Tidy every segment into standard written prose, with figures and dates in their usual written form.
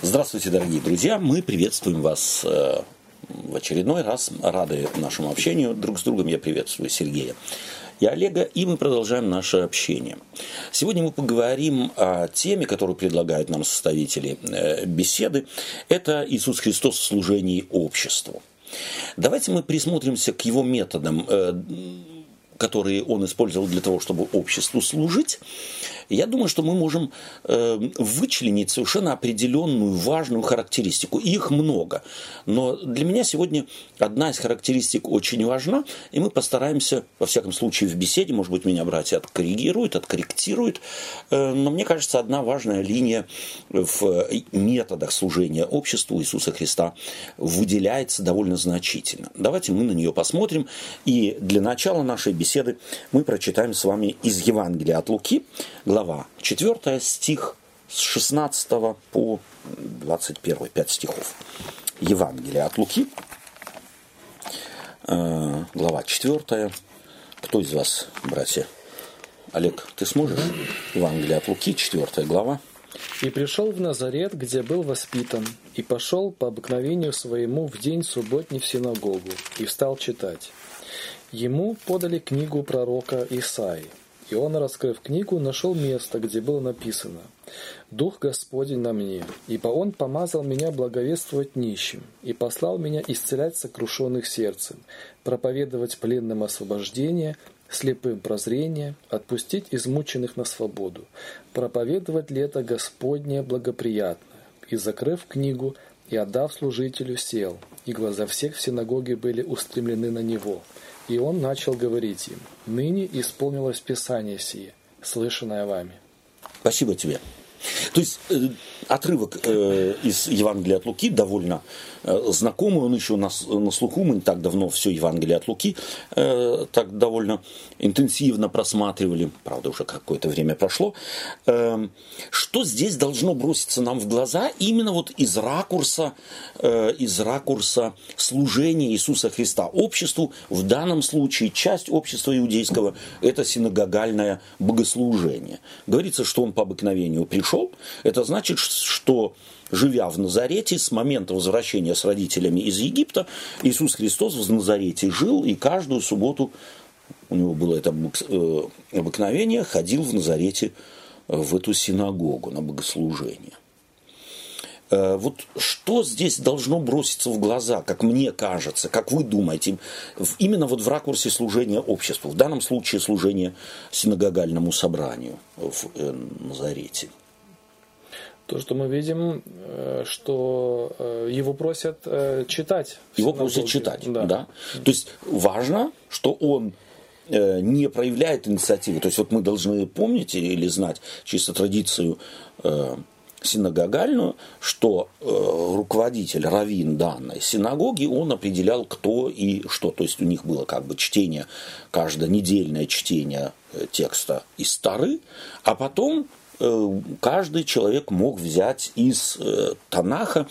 Здравствуйте, дорогие друзья! Мы приветствуем вас в очередной раз. Рады нашему общению друг с другом. Я приветствую Сергея и Олега, и мы продолжаем наше общение. Сегодня мы поговорим о теме, которую предлагают нам составители беседы. Это Иисус Христос в служении обществу. Давайте мы присмотримся к его методам, которые он использовал для того, чтобы обществу служить. Я думаю, что мы можем вычленить совершенно определенную важную характеристику. Их много. Но для меня сегодня одна из характеристик очень важна, и мы постараемся, во всяком случае, в беседе, может быть, меня братья откорректируют, но мне кажется, одна важная линия в методах служения обществу Иисуса Христа выделяется довольно значительно. Давайте мы на нее посмотрим, и для начала нашей беседы мы прочитаем с вами из Евангелия от Луки, глава 4, стих с 16 по 21, 5 стихов. Евангелие от Луки, глава 4. Кто из вас, братья? Олег, ты сможешь? Евангелие от Луки, 4 глава. «И пришел в Назарет, где был воспитан, и пошел по обыкновению своему в день субботний в синагогу, и встал читать. Ему подали книгу пророка Исаии. И он, раскрыв книгу, нашел место, где было написано: «Дух Господень на мне, ибо Он помазал меня благовествовать нищим, и послал меня исцелять сокрушенных сердцем, проповедовать пленным освобождение, слепым прозрение, отпустить измученных на свободу, проповедовать лето Господне благоприятное». И, закрыв книгу и отдав служителю, сел, и глаза всех в синагоге были устремлены на него. И он начал говорить им: «Ныне исполнилось Писание сие, слышанное вами». Спасибо тебе. То есть отрывок из Евангелия от Луки довольно знакомый, он еще у нас на слуху, мы не так давно все Евангелие от Луки так довольно интенсивно просматривали, правда уже какое-то время прошло. Что здесь должно броситься нам в глаза именно вот из ракурса служения Иисуса Христа обществу, в данном случае часть общества иудейского – это синагогальное богослужение. Говорится, что он по обыкновению пришел. Это значит, что, живя в Назарете, с момента возвращения с родителями из Египта, Иисус Христос в Назарете жил, и каждую субботу, у него было это обыкновение, ходил в Назарете в эту синагогу на богослужение. Вот что здесь должно броситься в глаза, как мне кажется, как вы думаете, именно вот в ракурсе служения обществу, в данном случае служения синагогальному собранию в Назарете? То, что мы видим, что его просят читать. Его просят читать, да. То есть важно, что он не проявляет инициативы. То есть вот мы должны помнить или знать чисто традицию синагогальную, что руководитель, раввин данной синагоги, он определял, кто и что. То есть у них было как бы чтение, каждое недельное чтение текста из Торы, а потом каждый человек мог взять из Танаха,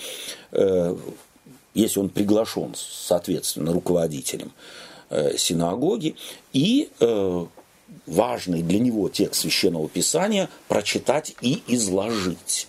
если он приглашен, соответственно, руководителем синагоги, и важный для него текст Священного Писания прочитать и изложить.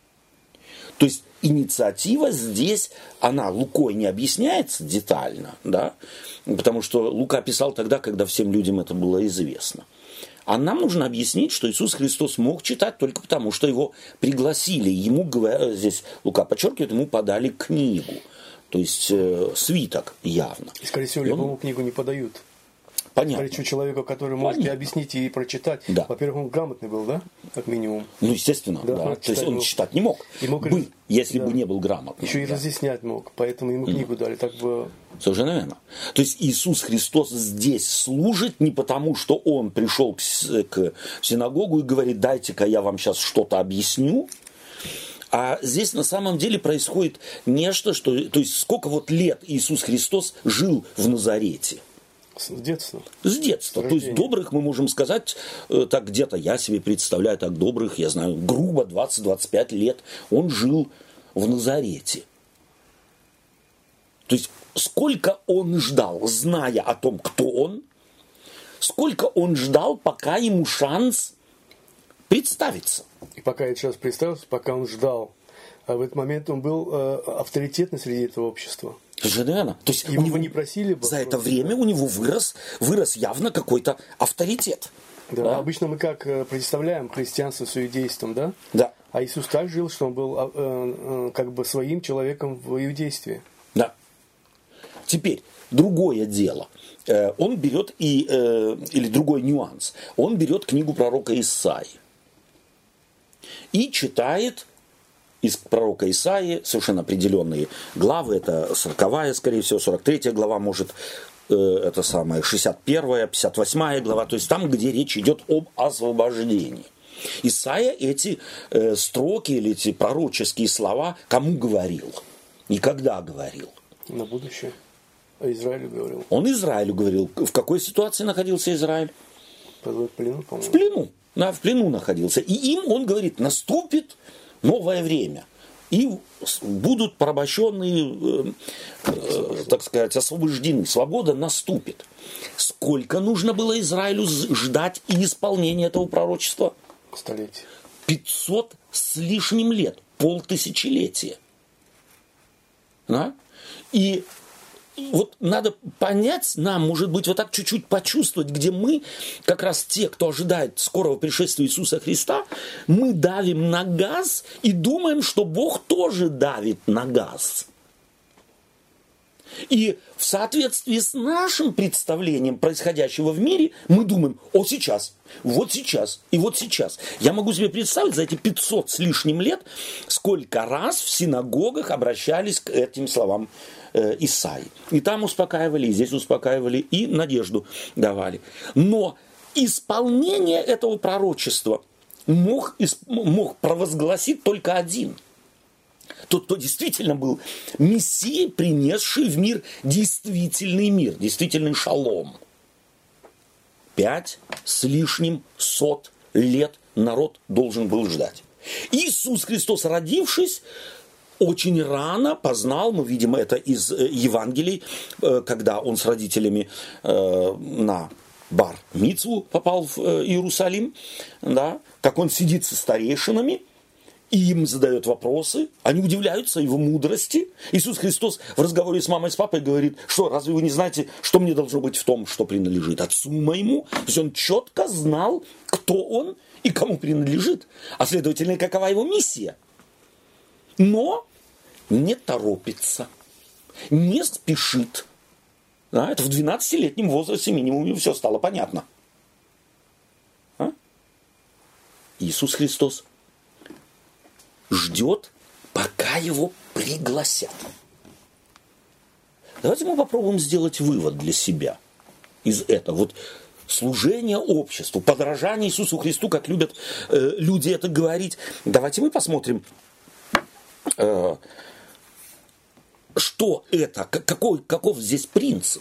То есть инициатива здесь, она Лукой не объясняется детально, да, потому что Лука писал тогда, когда всем людям это было известно. А нам нужно объяснить, что Иисус Христос мог читать только потому, что его пригласили. Ему, здесь Лука подчеркивает, ему подали книгу. То есть свиток явно. И, скорее всего, любому книгу не подают. Понятно. Скорее всего, человеку, который может и объяснить, и прочитать. Да. Во-первых, он грамотный был, да? Как минимум. Ну, естественно, да. То есть он читать не мог. Если бы не был грамотным. Еще и разъяснять мог. Поэтому ему книгу дали. Так бы... Совершенно верно. То есть Иисус Христос здесь служит не потому, что он пришел к синагогу и говорит: дайте-ка я вам сейчас что-то объясню. А здесь на самом деле происходит нечто, что... То есть сколько вот лет Иисус Христос жил в Назарете? С детства. С детства. То есть добрых, мы можем сказать, так где-то я себе представляю, так добрых, я знаю, грубо 20-25 лет он жил в Назарете. То есть сколько он ждал, зная о том, кто он, сколько он ждал, пока ему шанс представиться. И пока я сейчас представился, пока он ждал А в этот момент он был авторитетный среди этого общества. Совершенно верно. То есть Его не просили бы. за это время у него вырос явно какой-то авторитет. Да, Да? обычно мы как представляем христианство с иудейством, да? Да. А Иисус так жил, что он был как бы своим человеком в иудействе. Да. Теперь, другое дело. Он берет или другой нюанс. Он берет книгу пророка Исаии и читает из пророка Исаии совершенно определенные главы. Это 40-я, скорее всего, 43-я глава, может, это самое, 61-я, 58-я глава. То есть там, где речь идет об освобождении. Исаия эти строки или эти пророческие слова кому говорил? Никогда говорил. На будущее. А Израилю говорил. Он Израилю говорил. В какой ситуации находился Израиль? В плену, В по-моему. плену. Да, в плену находился. И им он говорит, наступит новое время. И будут порабощенные, так сказать, освобождены. Свобода наступит. Сколько нужно было Израилю ждать и исполнения этого пророчества? Столетие. 500 с лишним лет. Полтысячелетия. Да? И вот надо понять нам, может быть, вот так чуть-чуть почувствовать, где мы, как раз те, кто ожидает скорого пришествия Иисуса Христа, мы давим на газ и думаем, что Бог тоже давит на газ. И в соответствии с нашим представлением происходящего в мире, мы думаем, сейчас, вот сейчас и вот сейчас. Я могу себе представить за эти 500 с лишним лет, сколько раз в синагогах обращались к этим словам Исаии. И там успокаивали, и здесь успокаивали, и надежду давали. Но исполнение этого пророчества мог провозгласить только один. Тот, кто действительно был Мессией, принесший в мир, действительный шалом. 5 с лишним сот лет народ должен был ждать. Иисус Христос, родившись, очень рано познал, мы видим это из Евангелий, когда он с родителями на бар-мицву попал в Иерусалим, да, как он сидит со старейшинами, и им задает вопросы, они удивляются его мудрости. Иисус Христос в разговоре с мамой и с папой говорит, что разве вы не знаете, что мне должно быть в том, что принадлежит отцу моему? То есть он четко знал, кто он и кому принадлежит, а следовательно, какова его миссия. Но не торопится, не спешит. Да, это в 12-летнем возрасте минимум все стало понятно. Иисус Христос ждет, пока его пригласят. Давайте мы попробуем сделать вывод для себя из этого. Вот служение обществу, подражание Иисусу Христу, как любят люди это говорить. Давайте мы посмотрим, что это, каков здесь принцип.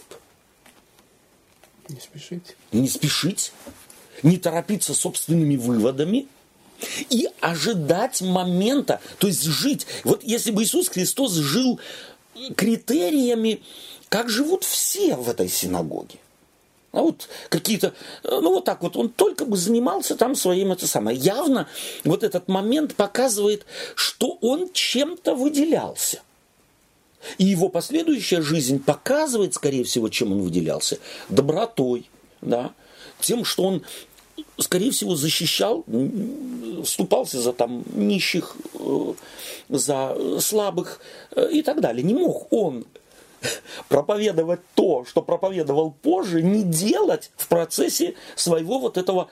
Не спешить. Не спешить, не торопиться собственными выводами, и ожидать момента, то есть жить. Вот если бы Иисус Христос жил критериями, как живут все в этой синагоге. А вот какие-то, вот так вот, он только бы занимался там своим это самое. Явно вот этот момент показывает, что он чем-то выделялся. И его последующая жизнь показывает, скорее всего, чем он выделялся. Добротой, да, тем, что он, скорее всего, защищал, вступался за там нищих, за слабых и так далее. Не мог он проповедовать то, что проповедовал позже, не делать в процессе своего вот этого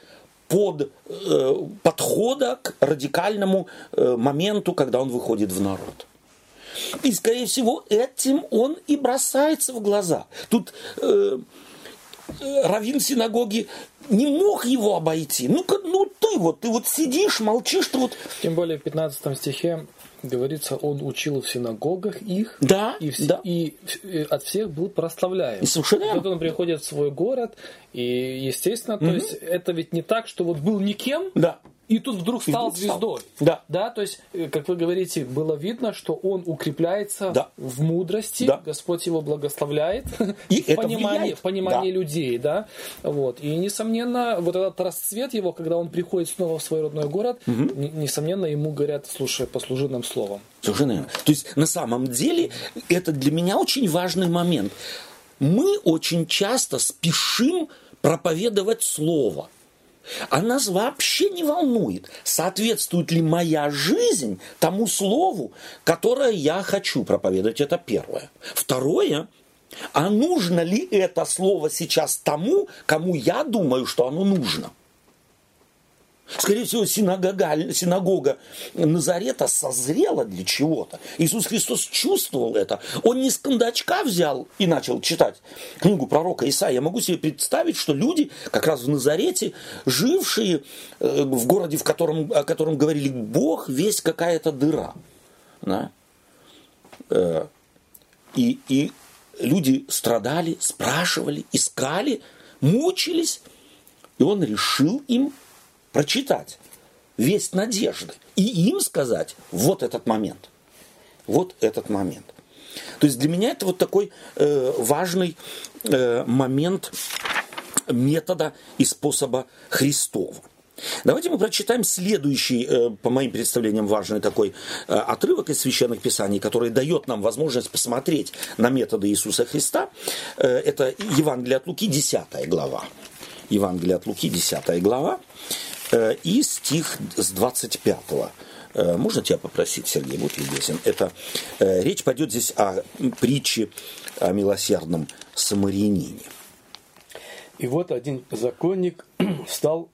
подхода к радикальному моменту, когда он выходит в народ. И, скорее всего, этим он и бросается в глаза. Тут раввин синагоги не мог его обойти. Ты вот сидишь, молчишь, ты вот... Тем более в 15 стихе говорится, он учил в синагогах их, да, и от всех был прославляем. И совершенно. Вот он приходит в свой город, и, естественно, то есть это ведь не так, что вот был никем, да. и тут вдруг стал звездой. Да. Да, то есть, как вы говорите, было видно, что он укрепляется Да. в мудрости, Да. Господь его благословляет И в это понимании влияет. Да. людей, да. Вот. И, несомненно, вот этот расцвет его, когда он приходит снова в свой родной город, несомненно, ему говорят: слушай, послужи нам словом. Совершенно верно. То есть, на самом деле, это для меня очень важный момент. Мы очень часто спешим проповедовать слово. А нас вообще не волнует, соответствует ли моя жизнь тому слову, которое я хочу проповедовать. Это первое. Второе, а нужно ли это слово сейчас тому, кому я думаю, что оно нужно? Скорее всего, синагога Назарета созрела для чего-то. Иисус Христос чувствовал это. Он не с кондачка взял и начал читать книгу пророка Исаии. Я могу себе представить, что люди, как раз в Назарете, жившие в городе, о котором говорили: Бог весь какая-то дыра. Да? И люди страдали, спрашивали, искали, мучились. И он решил им прочитать весть надежды и им сказать: вот этот момент. Вот этот момент. То есть для меня это вот такой важный момент метода и способа Христова. Давайте мы прочитаем следующий, по моим представлениям, важный такой отрывок из Священных Писаний, который дает нам возможность посмотреть на методы Иисуса Христа. Это Евангелие от Луки, 10 глава. Евангелие от Луки, 10 глава. И стих с 25. Можно тебя попросить, Сергей, будь любезен? Это речь пойдет здесь о притче о милосердном самарянине. И вот один законник встал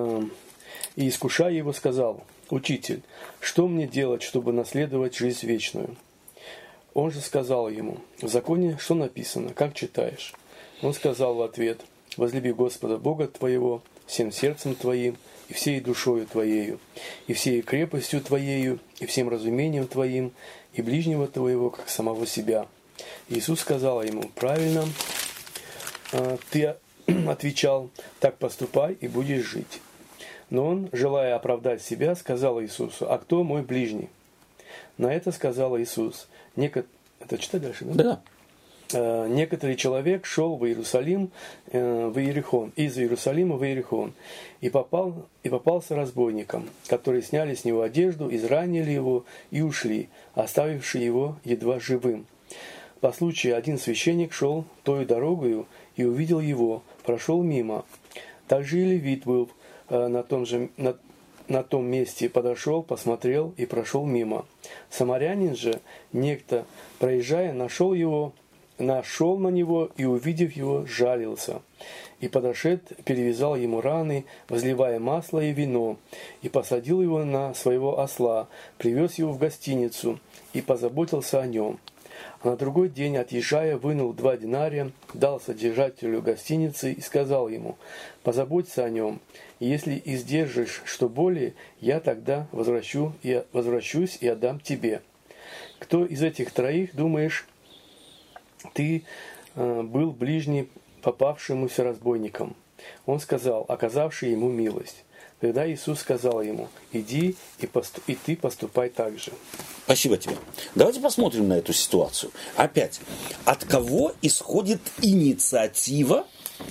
и, искушая его, сказал: «Учитель, что мне делать, чтобы наследовать жизнь вечную?» Он же сказал ему: «В законе что написано, как читаешь?» Он сказал в ответ: «Возлюби Господа Бога твоего всем сердцем твоим, и всей душою твоею, и всей крепостью твоею, и всем разумением твоим, и ближнего твоего, как самого себя». Иисус сказал ему: «Правильно ты отвечал, так поступай, и будешь жить». Но он, желая оправдать себя, сказал Иисусу: «А кто мой ближний?» На это сказал Иисус: Это читай дальше, да? Да. Некоторый человек шел в Иерусалим, в Иерихон, из Иерусалима в Иерихон, и попался разбойникам, которые сняли с него одежду, изранили его и ушли, оставивши его едва живым. По случаю один священник шел тою дорогою и увидел его, прошел мимо. Также и левит был на том месте, подошел, посмотрел и прошел мимо. Самарянин же, некто, проезжая, нашел на него и, увидев его, жалился. И подошед, перевязал ему раны, возливая масло и вино, и посадил его на своего осла, привез его в гостиницу и позаботился о нем. А на другой день, отъезжая, вынул 2 динария, дал содержателю гостиницы и сказал ему: «Позаботься о нем, и если издержишь что более, я тогда возвращусь и отдам тебе». Кто из этих троих, думаешь, ты был ближний попавшемуся разбойникам? Он сказал: оказавший ему милость. Тогда Иисус сказал ему: иди и ты поступай так же. Спасибо тебе. Давайте посмотрим на эту ситуацию. Опять, от кого исходит инициатива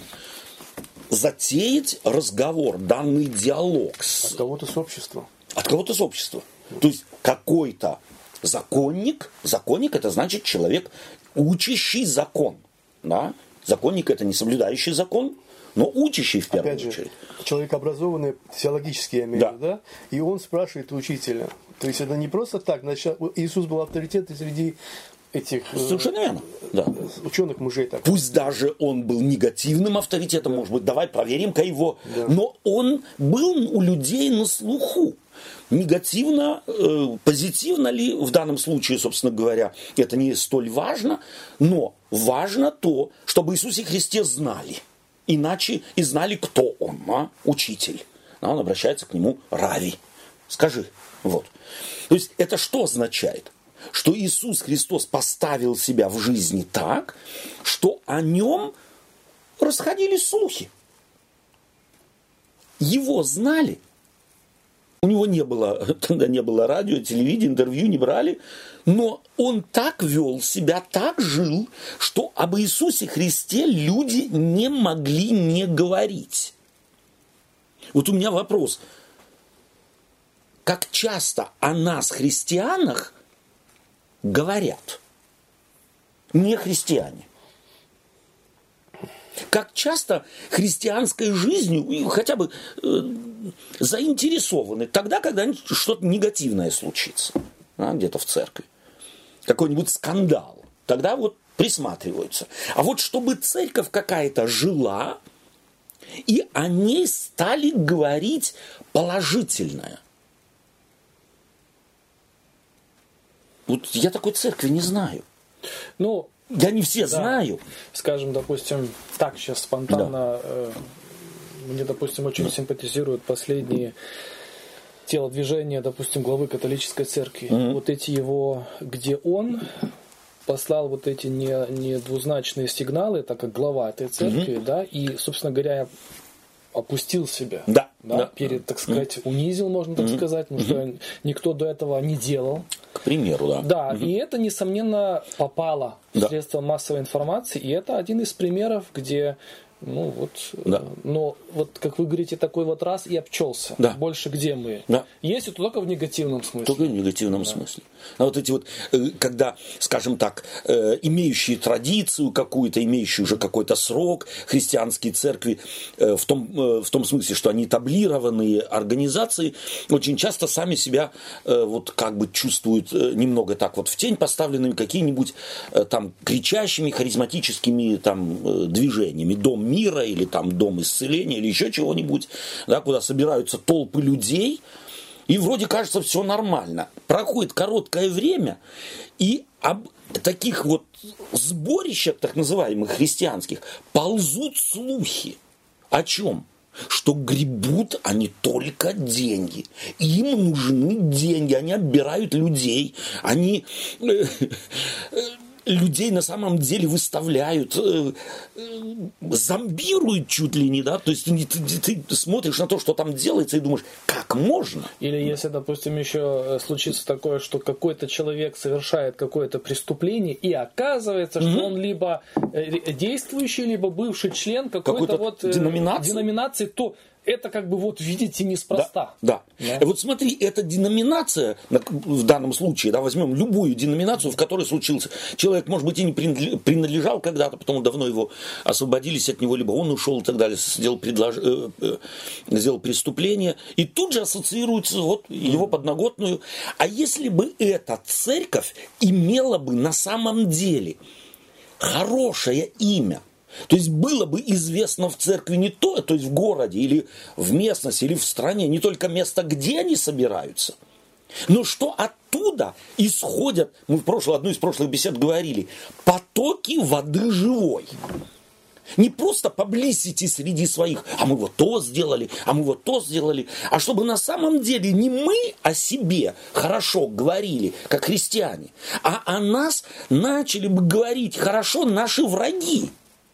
затеять разговор, данный диалог? От кого-то с общества. От кого-то с общества. То есть какой-то законник это значит человек, учащий закон. Да? Законник это не соблюдающий закон, но учащий в первую Опять очередь. же, человек образованный, теологически я имею в виду, да? И он спрашивает у учителя. То есть это не просто так. Значит, Иисус был авторитетом среди этих Совершенно верно. Да. ученых мужей. Так. Пусть даже он был негативным авторитетом, может быть, давай проверим-ка его. Да. Но он был у людей на слуху. Негативно, позитивно ли в данном случае, собственно говоря, это не столь важно, но важно то, чтобы Иисусе Христе знали. Иначе и знали, кто он, учитель. Он обращается к нему: Рави. Скажи. Вот. То есть это что означает? Что Иисус Христос поставил себя в жизни так, что о нем расходились слухи. Его знали, У него тогда не было радио, телевидения, интервью не брали. Но он так вел себя, так жил, что об Иисусе Христе люди не могли не говорить. Вот у меня вопрос. Как часто о нас, христианах, говорят не христиане? Как часто христианской жизнью хотя бы заинтересованы тогда, когда что-то негативное случится, где-то в церкви, какой-нибудь скандал, тогда вот присматриваются. А вот чтобы церковь какая-то жила, и о ней стали говорить положительное. Вот я такой церкви не знаю. Ну, я не все знаю. Скажем, допустим, так сейчас спонтанно, мне, допустим, очень симпатизируют последние телодвижения, допустим, главы католической церкви. Вот эти его, где он послал вот эти не двузначные сигналы, так как глава этой церкви, да, и, собственно говоря, опустил себя. Да. Перед, так сказать, унизил, можно так сказать, потому что никто до этого не делал. К примеру, да. Да, и это, несомненно, попало в средства массовой информации, и это один из примеров, где, но вот, как вы говорите, такой вот раз и обчелся. Да. Больше где мы? Да. Есть это только в негативном смысле. Только в негативном смысле. А вот эти вот, когда, скажем так, имеющие традицию какую-то, имеющие уже какой-то срок, христианские церкви, в том смысле, что они таблированные организации, очень часто сами себя вот как бы чувствуют немного так вот в тень поставленными какими-нибудь там кричащими, харизматическими там движениями. Дом мира или там дом исцеления или еще чего-нибудь, да, куда собираются толпы людей, и вроде кажется все нормально. Проходит короткое время, и об таких вот сборищах, так называемых христианских, ползут слухи. О чем? Что гребут они только деньги. Им нужны деньги. Они отбирают людей. Они людей на самом деле выставляют, зомбируют чуть ли не, да, то есть ты смотришь на то, что там делается, и думаешь, как можно? Или если, допустим, еще случится такое, что какой-то человек совершает какое-то преступление, и оказывается, что он либо действующий, либо бывший член какой-то вот деноминации, то это как бы вот, видите, неспроста. Да. Вот смотри, эта деноминация, в данном случае, да, возьмем любую деноминацию, в которой случился. Человек, может быть, и не принадлежал когда-то, потом давно его освободились от него, либо он ушел и так далее, сделал преступление, и тут же ассоциируется вот его подноготную. А если бы эта церковь имела бы на самом деле хорошее имя, то есть было бы известно в церкви не то есть в городе или в местности, или в стране, не только место, где они собираются, но что оттуда исходят, мы в одну из прошлых бесед говорили, потоки воды живой. Не просто publicity среди своих, а мы вот то сделали, а мы вот то сделали, а чтобы на самом деле не мы о себе хорошо говорили, как христиане, а о нас начали бы говорить хорошо наши враги.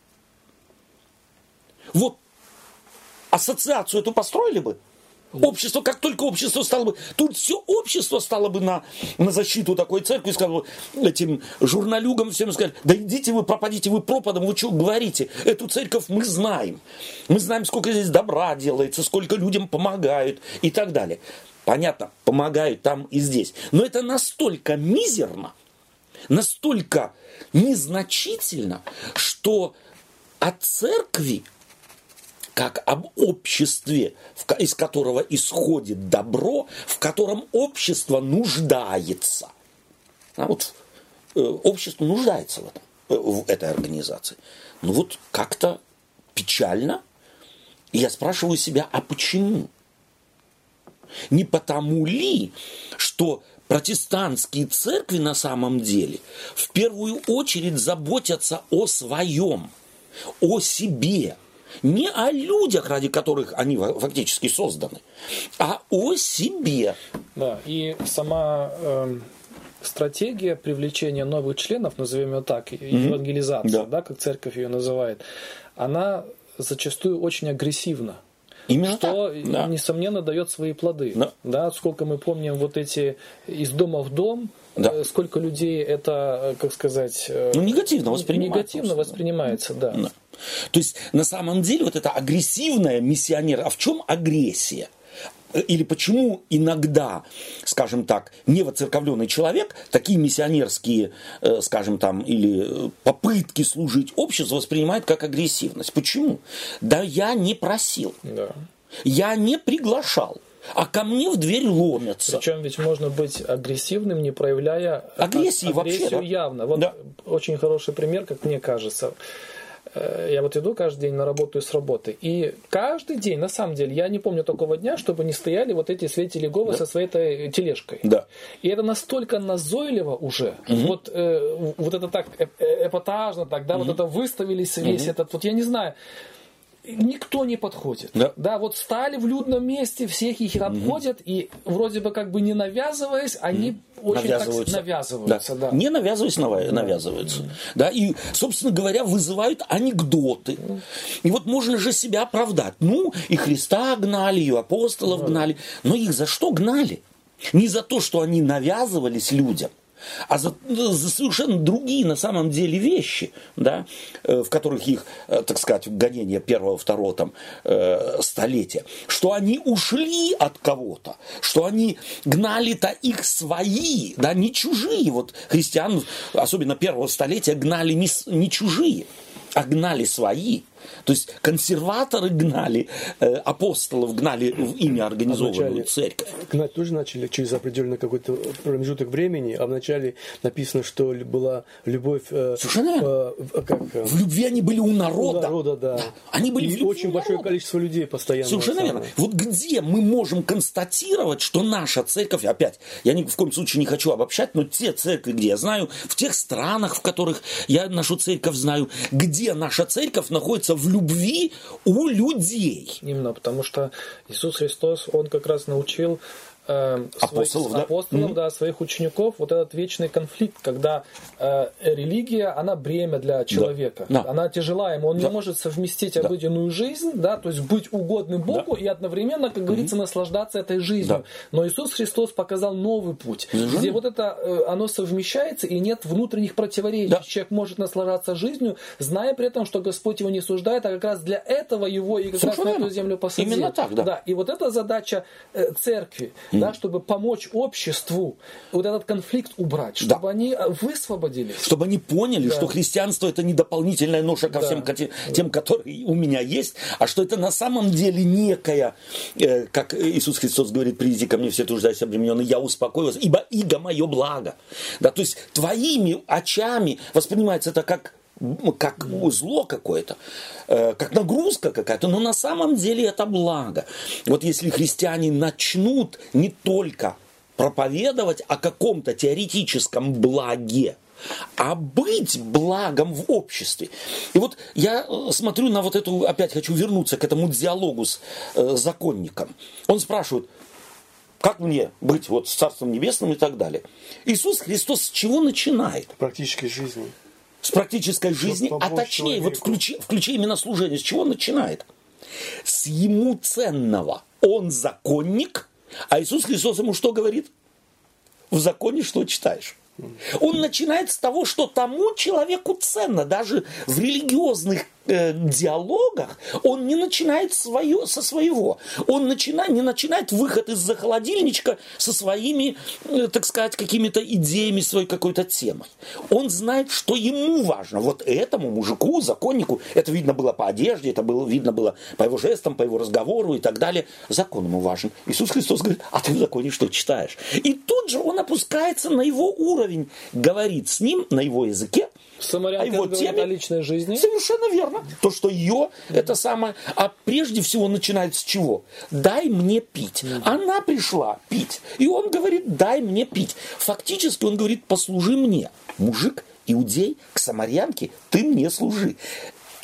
Вот ассоциацию эту построили бы. Общество, как только общество стало бы, тут все общество стало бы на защиту такой церкви, сказало этим журналюгам всем, сказали, да идите вы, пропадите вы пропадом, вы что говорите, эту церковь мы знаем, сколько здесь добра делается, сколько людям помогают и так далее. Понятно, помогают там и здесь, но это настолько мизерно, настолько незначительно, что от церкви, как об обществе, из которого исходит добро, в котором общество нуждается. А вот общество нуждается в этой организации. Ну вот как-то печально. И я спрашиваю себя, а почему? Не потому ли, что протестантские церкви на самом деле в первую очередь заботятся о своем, о себе, не о людях, ради которых они фактически созданы, а о себе. Да, и сама стратегия привлечения новых членов, назовем ее так, евангелизация, да, как церковь ее называет, она зачастую очень агрессивна. Именно что, так, да. несомненно, дает свои плоды. Да. Да, сколько мы помним вот эти из дома в дом, Да. сколько людей это, как сказать... Негативно воспринимается. Негативно воспринимается, да. Да. То есть, на самом деле, вот это агрессивная миссионер, а в чем агрессия? Или почему иногда, скажем так, невоцерковленный человек такие миссионерские, скажем там, или попытки служить обществу воспринимает как агрессивность? Почему? Да я не просил, Да. я не приглашал, а ко мне в дверь ломятся. Причем ведь можно быть агрессивным, не проявляя Агрессию вообще, да? явно. Вот Да. очень хороший пример, как мне кажется. Я вот иду каждый день на работу и с работы. И каждый день, на самом деле, я не помню такого дня, чтобы не стояли вот эти Свети Леговы со своей этой тележкой. Да. И это настолько назойливо уже. Вот это так эпатажно, так, да, вот это выставились весь этот, вот я не знаю. Никто не подходит. Да. Вот стали в людном месте, всех их обходят, и вроде бы как бы не навязываясь, они очень навязываются. Да. Не навязываясь, навязываются. Да. И, собственно говоря, вызывают анекдоты. И вот можно же себя оправдать. Ну, и Христа гнали, и апостолов гнали. Но их за что гнали? Не за то, что они навязывались людям, а за совершенно другие на самом деле вещи, да, в которых их, так сказать, гонение первого, второго там, столетия, что они ушли от кого-то, что они гнали-то их свои, да, не чужие. Вот христиан, особенно первого столетия, гнали не чужие, а гнали свои. То есть консерваторы гнали, апостолов гнали в ими организованную церковь. Гнать тоже начали через определенный какой-то промежуток времени, а вначале написано, что была любовь... Совершенно верно. В любви они были у народа. У народа, да. Они были и очень большое количество людей постоянно. Совершенно верно. Вот где мы можем констатировать, что наша церковь, опять, я ни в коем случае не хочу обобщать, но те церкви, где я знаю, в тех странах, в которых я нашу церковь знаю, где наша церковь находится в любви у людей. Именно, потому что Иисус Христос, Он как раз научил апостолов, да, своих учеников вот этот вечный конфликт, когда религия, она бремя для человека. Да. Она тяжела ему, он не может совместить обыденную жизнь, да, то есть быть угодным Богу и одновременно, как говорится, наслаждаться этой жизнью. Но Иисус Христос показал новый путь, где вот это, оно совмещается и нет внутренних противоречий. Человек может наслаждаться жизнью, зная при этом, что Господь его не суждает, а как раз для этого его и как раз на эту землю посадил. Именно так, да. И вот эта задача церкви, да, чтобы помочь обществу вот этот конфликт убрать, чтобы они высвободились. Чтобы они поняли, что христианство это не дополнительная ноша ко всем тем, которые у меня есть, а что это на самом деле некая, как Иисус Христос говорит, придите ко мне все труждающиеся обремененные, я успокою вас, ибо иго мое благо. Да, то есть твоими очами воспринимается это как зло какое-то, как нагрузка какая-то, но на самом деле это благо. Вот если христиане начнут не только проповедовать о каком-то теоретическом благе, а быть благом в обществе. И вот я смотрю на вот эту, опять хочу вернуться к этому диалогу с законником. Он спрашивает, как мне быть вот с Царством Небесным и так далее. Иисус Христос с чего начинает? Практической жизни. С практической жизни, а точнее, вот включи именно служение, с чего он начинает? С ему ценного. Он законник, а Иисус Христос ему что говорит? В законе что читаешь? Он начинает с того, что тому человеку ценно. Даже в религиозных диалогах он не начинает со своего. Он не начинает выход из-за холодильничка со своими, так сказать, какими-то идеями, своей какой-то темой. Он знает, что ему важно. Вот этому мужику, законнику, это видно было по одежде, это видно было по его жестам, по его разговору и так далее. Закон ему важен. Иисус Христос говорит, а ты в законе что читаешь? И тут же он опускается на его уровень, говорит с ним на его языке, Самарянка говорит о личной жизни. Совершенно верно. То, что ее, это самое... А прежде всего начинает с чего? Дай мне пить. Она пришла пить. И он говорит, дай мне пить. Фактически он говорит, послужи мне. Мужик, иудей, к самарянке, ты мне служи. Этот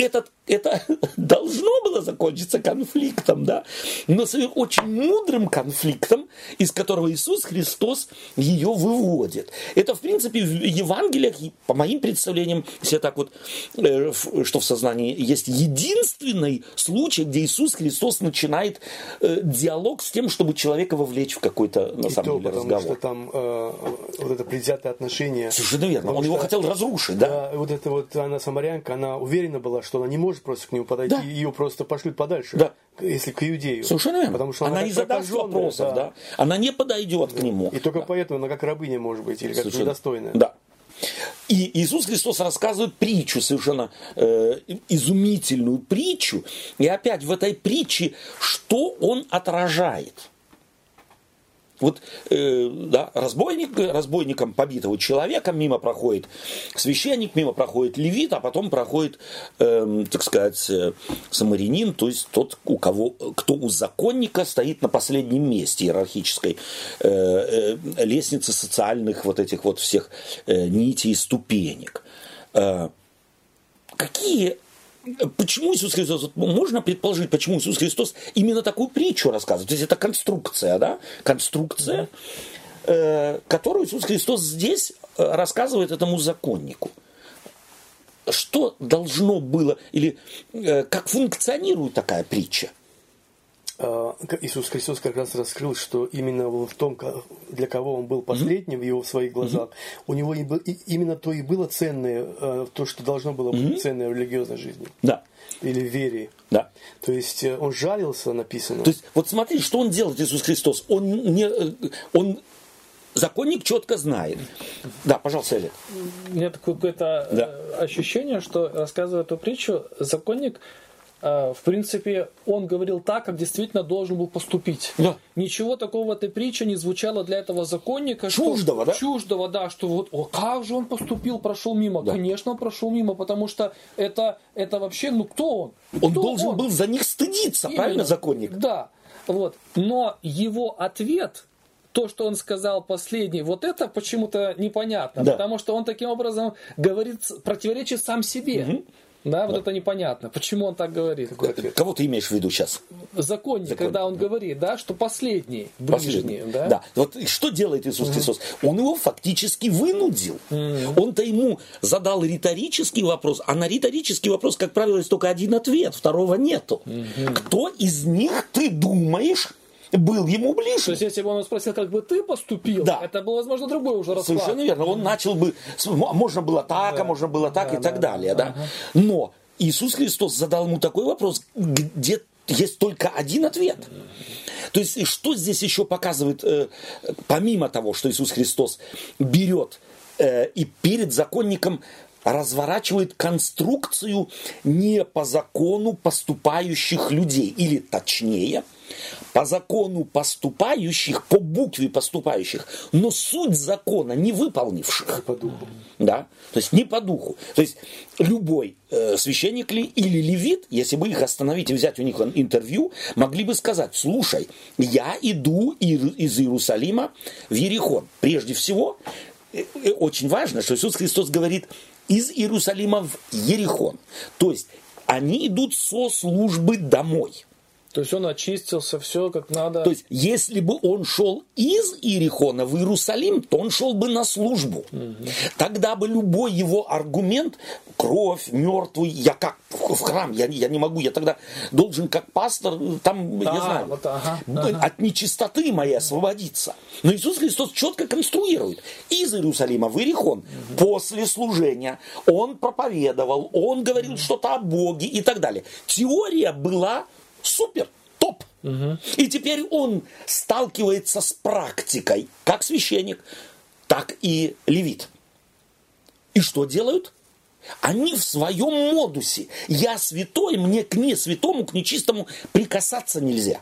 это должно было закончиться конфликтом, да, но очень мудрым конфликтом, из которого Иисус Христос ее выводит. Это, в принципе, в Евангелиях, по моим представлениям, если так вот, что в сознании, есть единственный случай, где Иисус Христос начинает диалог с тем, чтобы человека вовлечь в какой-то, на самом деле, разговор. Потому что там вот это предвзятое отношение. Совершенно верно, он его хотел разрушить, да? Вот эта вот она самарянка, она уверена была, что она не может просто к нему подойти, да. Ее просто пошлют подальше, да. Если к иудею. Совершенно верно. Потому что она не задаст вопросов, да. Она не подойдет к нему. И только поэтому она как рабыня может быть, или как недостойная. Да. И Иисус Христос рассказывает притчу, совершенно изумительную притчу. И опять в этой притче, что он отражает? Вот да, разбойником побитого человека мимо проходит священник, мимо проходит левит, а потом проходит, так сказать, самарянин, то есть тот, кто у законника стоит на последнем месте иерархической лестницы социальных вот этих вот всех нитей и ступенек. Почему Иисус Христос, можно предположить, почему Иисус Христос именно такую притчу рассказывает? То есть это конструкция, да? Конструкция, которую Иисус Христос здесь рассказывает этому законнику. Что должно было, или как функционирует такая притча? Иисус Христос как раз раскрыл, что именно в том, для кого он был последним в его в своих глазах, у него именно то и было ценное, то, что должно было быть ценное в религиозной жизни. Да. Или в вере. Да. То есть он жалился, написано. То есть, вот смотри, что он делает, Иисус Христос. Он законник четко знает. Да, пожалуйста, Олег. У меня такое какое-то ощущение, что, рассказывая эту притчу, законник, в принципе, он говорил так, как действительно должен был поступить. Да. Ничего такого в этой притче не звучало для этого законника. Чуждого, да? Чуждого, да, что вот, как же он поступил, прошел мимо. Да. Конечно, он прошел мимо, потому что это вообще, кто он? Он должен был за них стыдиться, именно. Правильно, законник? Да, вот. Но его ответ, то, что он сказал последний, вот это почему-то непонятно, да. Потому что он таким образом говорит, противоречит сам себе. Угу. Да, вот это непонятно. Почему он так говорит? Кого ты имеешь в виду сейчас? Законник, когда он говорит, да, что последний, ближний. Да? Да. Вот что делает Иисус Христос? Он его фактически вынудил. Он-то ему задал риторический вопрос, а на риторический вопрос, как правило, есть только один ответ, второго нету. Кто из них, ты думаешь, был ему ближе? То есть, если бы он спросил, как бы ты поступил, да. Это был, возможно, другой уже расклад. Совершенно верно. Он начал бы, можно было так, а можно было так и так далее. Да? Но Иисус Христос задал ему такой вопрос, где есть только один ответ. То есть, что здесь еще показывает, помимо того, что Иисус Христос берет и перед законником разворачивает конструкцию не по закону поступающих людей, или точнее, по закону поступающих, по букве поступающих, но суть закона не выполнивших. Не по духу. Да? То есть не по духу. То есть любой священник или левит, если бы их остановить и взять у них интервью, могли бы сказать: слушай, я иду из Иерусалима в Иерихон. Прежде всего, очень важно, что Иисус Христос говорит: из Иерусалима в Иерихон. То есть они идут со службы домой. То есть он очистился, все как надо. То есть если бы он шел из Иерихона в Иерусалим, то он шел бы на службу. Тогда бы любой его аргумент, кровь, мертвый, я как в храм, я не могу, я тогда должен как пастор, там, я знаю, вот, от нечистоты моей освободиться. Но Иисус Христос четко конструирует: из Иерусалима в Иерихон, после служения он проповедовал, он говорил что-то о Боге и так далее. Теория была супер, топ. И теперь он сталкивается с практикой, как священник, так и левит. И что делают? Они в своем модусе. Я святой, мне к несвятому, к нечистому прикасаться нельзя.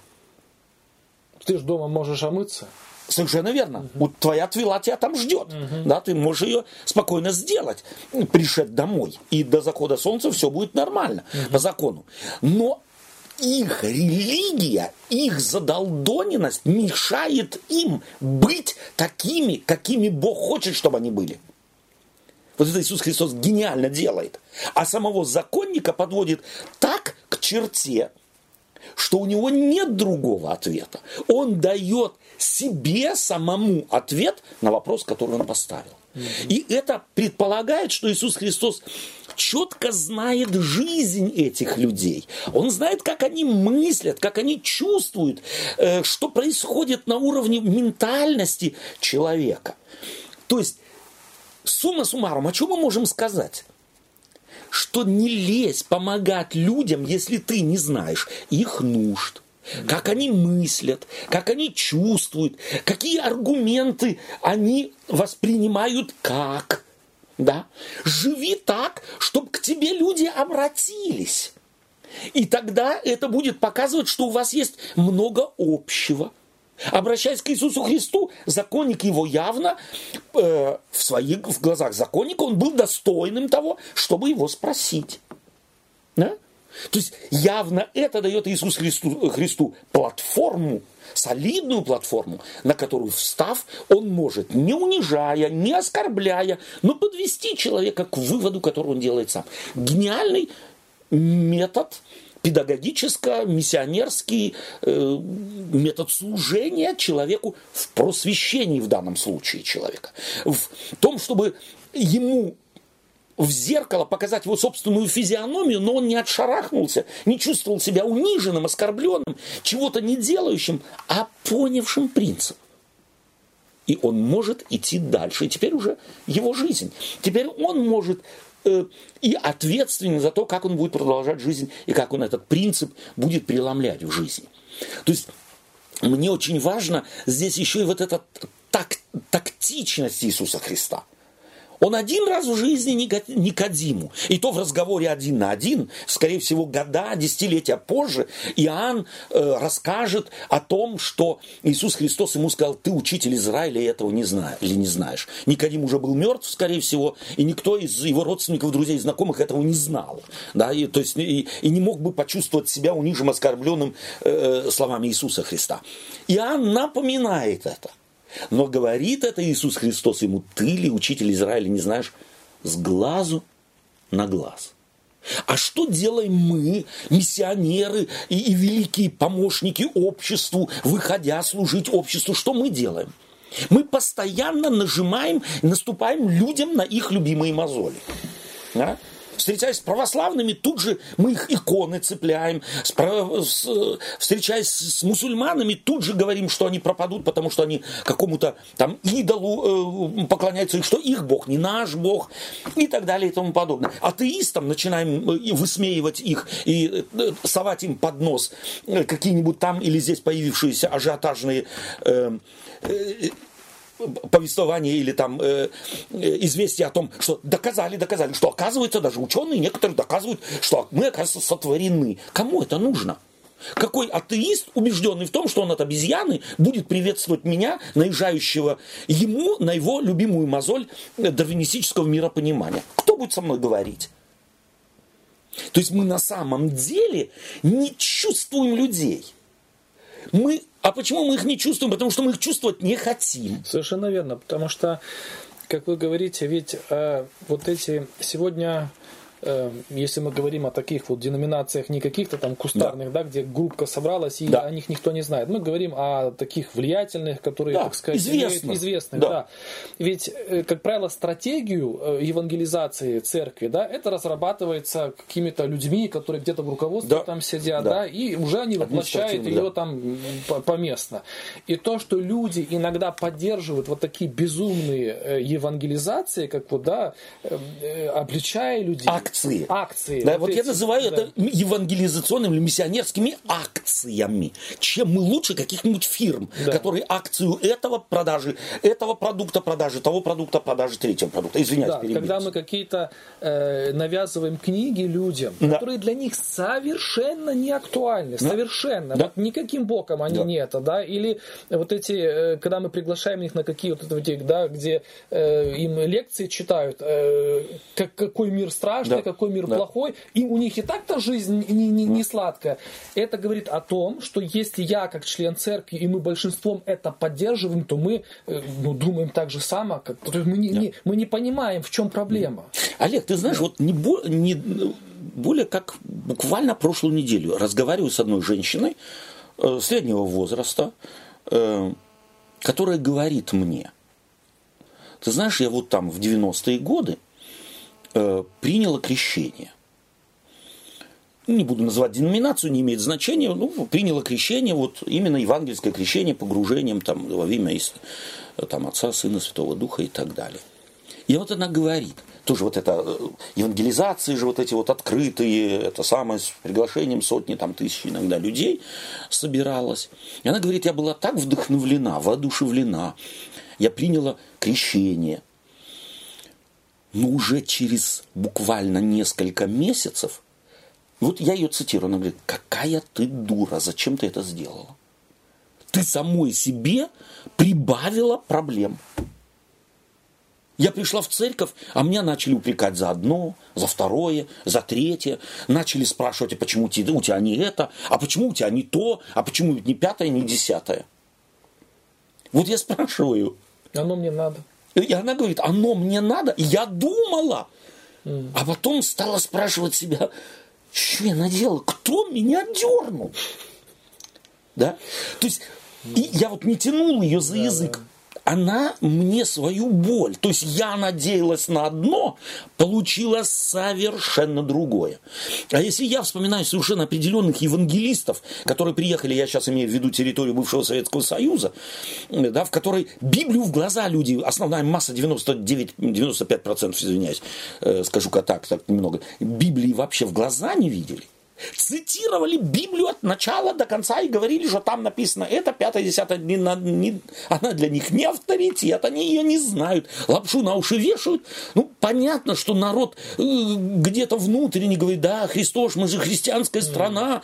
Ты же дома можешь омыться. Совершенно верно. Вот твоя твила тебя там ждет. Да, ты можешь ее спокойно сделать, пришед домой. И до захода солнца все будет нормально по закону. Но их религия, их задолдоненность мешает им быть такими, какими Бог хочет, чтобы они были. Вот это Иисус Христос гениально делает. А самого законника подводит так к черте, что у него нет другого ответа. Он дает себе самому ответ на вопрос, который он поставил. И это предполагает, что Иисус Христос четко знает жизнь этих людей. Он знает, как они мыслят, как они чувствуют, что происходит на уровне ментальности человека. То есть, сумма суммарум, о чем мы можем сказать? Что не лезь помогать людям, если ты не знаешь их нужд, как они мыслят, как они чувствуют, какие аргументы они воспринимают как. Да? Живи так, чтобы к тебе люди обратились. И тогда это будет показывать, что у вас есть много общего. Обращаясь к Иисусу Христу, законник его явно в глазах законника он был достойным того, чтобы его спросить. Да? То есть явно это дает Иисусу Христу платформу, солидную платформу, на которую, встав, он может, не унижая, не оскорбляя, но подвести человека к выводу, который он делает сам. Гениальный метод, педагогическо-миссионерский метод служения человеку в просвещении в данном случае человека. В том, чтобы ему в зеркало показать его собственную физиономию, но он не отшарахнулся, не чувствовал себя униженным, оскорбленным, чего-то не делающим, а понявшим принцип. И он может идти дальше. И теперь уже его жизнь. Теперь он может и ответственен за то, как он будет продолжать жизнь, и как он этот принцип будет преломлять в жизни. То есть мне очень важно здесь еще и вот эта тактичность Иисуса Христа. Он один раз в жизни Никодиму, и то в разговоре один на один, скорее всего, года, десятилетия позже, Иоанн расскажет о том, что Иисус Христос ему сказал: ты учитель Израиля, и этого не знаешь, или не знаешь. Никодим уже был мертв, скорее всего, и никто из его родственников, друзей, знакомых этого не знал. Да? И не мог бы почувствовать себя униженным, оскорбленным словами Иисуса Христа. Иоанн напоминает это. Но говорит это Иисус Христос ему: ты ли, учитель Израиля, не знаешь, с глазу на глаз. А что делаем мы, миссионеры и великие помощники обществу, выходя служить обществу? Что мы делаем? Мы постоянно нажимаем, наступаем людям на их любимые мозоли. Да? Встречаясь с православными, тут же мы их иконы цепляем. Встречаясь с мусульманами, тут же говорим, что они пропадут, потому что они какому-то там идолу поклоняются, и что их Бог не наш Бог, и так далее, и тому подобное. Атеистам начинаем высмеивать их и совать им под нос какие-нибудь там или здесь появившиеся ажиотажные повествование или там известие о том, что доказали, что оказывается, даже ученые некоторые доказывают, что мы, оказывается, сотворены. Кому это нужно? Какой атеист, убежденный в том, что он от обезьяны, будет приветствовать меня, наезжающего ему на его любимую мозоль дарвинистического миропонимания? Кто будет со мной говорить? То есть мы на самом деле не чувствуем людей. А почему мы их не чувствуем? Потому что мы их чувствовать не хотим. Совершенно верно, потому что, как вы говорите, ведь вот эти сегодня, если мы говорим о таких вот деноминациях, не каких-то там кустарных, да, где группка собралась, и о них никто не знает. Мы говорим о таких влиятельных, которые, так сказать, известных. Да. Ведь, как правило, стратегию евангелизации церкви, да, это разрабатывается какими-то людьми, которые где-то в руководстве там сидят, да, и уже они воплощают ее там поместно. И то, что люди иногда поддерживают вот такие безумные евангелизации, как вот, да, обличая людей. Акции. Да, вот я называю это евангелизационными или миссионерскими акциями. Чем мы лучше каких-нибудь фирм, которые акцию этого продажи, этого продукта продажи, того продукта продажи, третьего продукта. Извиняюсь, перебил. Когда мы какие-то навязываем книги людям, которые для них совершенно не актуальны. Совершенно. Вот никаким боком они не это. Да? Или вот эти, когда мы приглашаем их на какие-то, да, где им лекции читают, какой мир страшный, какой мир плохой, и у них и так-то жизнь не сладкая. Это говорит о том, что если я, как член церкви, и мы большинством это поддерживаем, то мы думаем так же само, как... То есть мы не понимаем, в чем проблема. Олег, ты знаешь, вот более как буквально прошлую неделю разговариваю с одной женщиной среднего возраста, которая говорит мне: ты знаешь, я вот там в 90-е годы приняла крещение. Не буду называть деноминацию, не имеет значения. Приняла крещение, вот именно евангельское крещение, погружением там, во имя там, Отца, Сына, Святого Духа и так далее. И вот она говорит, тоже вот это евангелизации же вот эти вот открытые, это самое с приглашением сотни, там, тысяч иногда людей собиралась. И она говорит, я была так вдохновлена, воодушевлена, я приняла крещение. Но уже через буквально несколько месяцев, вот я ее цитирую, она говорит, какая ты дура, зачем ты это сделала? Ты самой себе прибавила проблем. Я пришла в церковь, а меня начали упрекать за одно, за второе, за третье. Начали спрашивать, а почему у тебя не это, а почему у тебя не то, а почему не пятое, не десятое. Вот я спрашиваю. Оно мне надо. И она говорит, оно мне надо. Я думала. А потом стала спрашивать себя, что я наделала, кто меня дернул? Да? То есть я вот не тянул ее за язык. Она мне свою боль. То есть я надеялась на одно, получила совершенно другое. А если я вспоминаю совершенно определенных евангелистов, которые приехали, я сейчас имею в виду территорию бывшего Советского Союза, да, в которой Библию в глаза люди, основная масса 95%, извиняюсь, скажу-ка так немного, Библии вообще в глаза не видели. Цитировали Библию от начала до конца и говорили, что там написано это, 5-10, она для них не авторитет, они ее не знают, лапшу на уши вешают. Понятно, что народ где-то внутренне говорит, да, Христос, мы же христианская страна.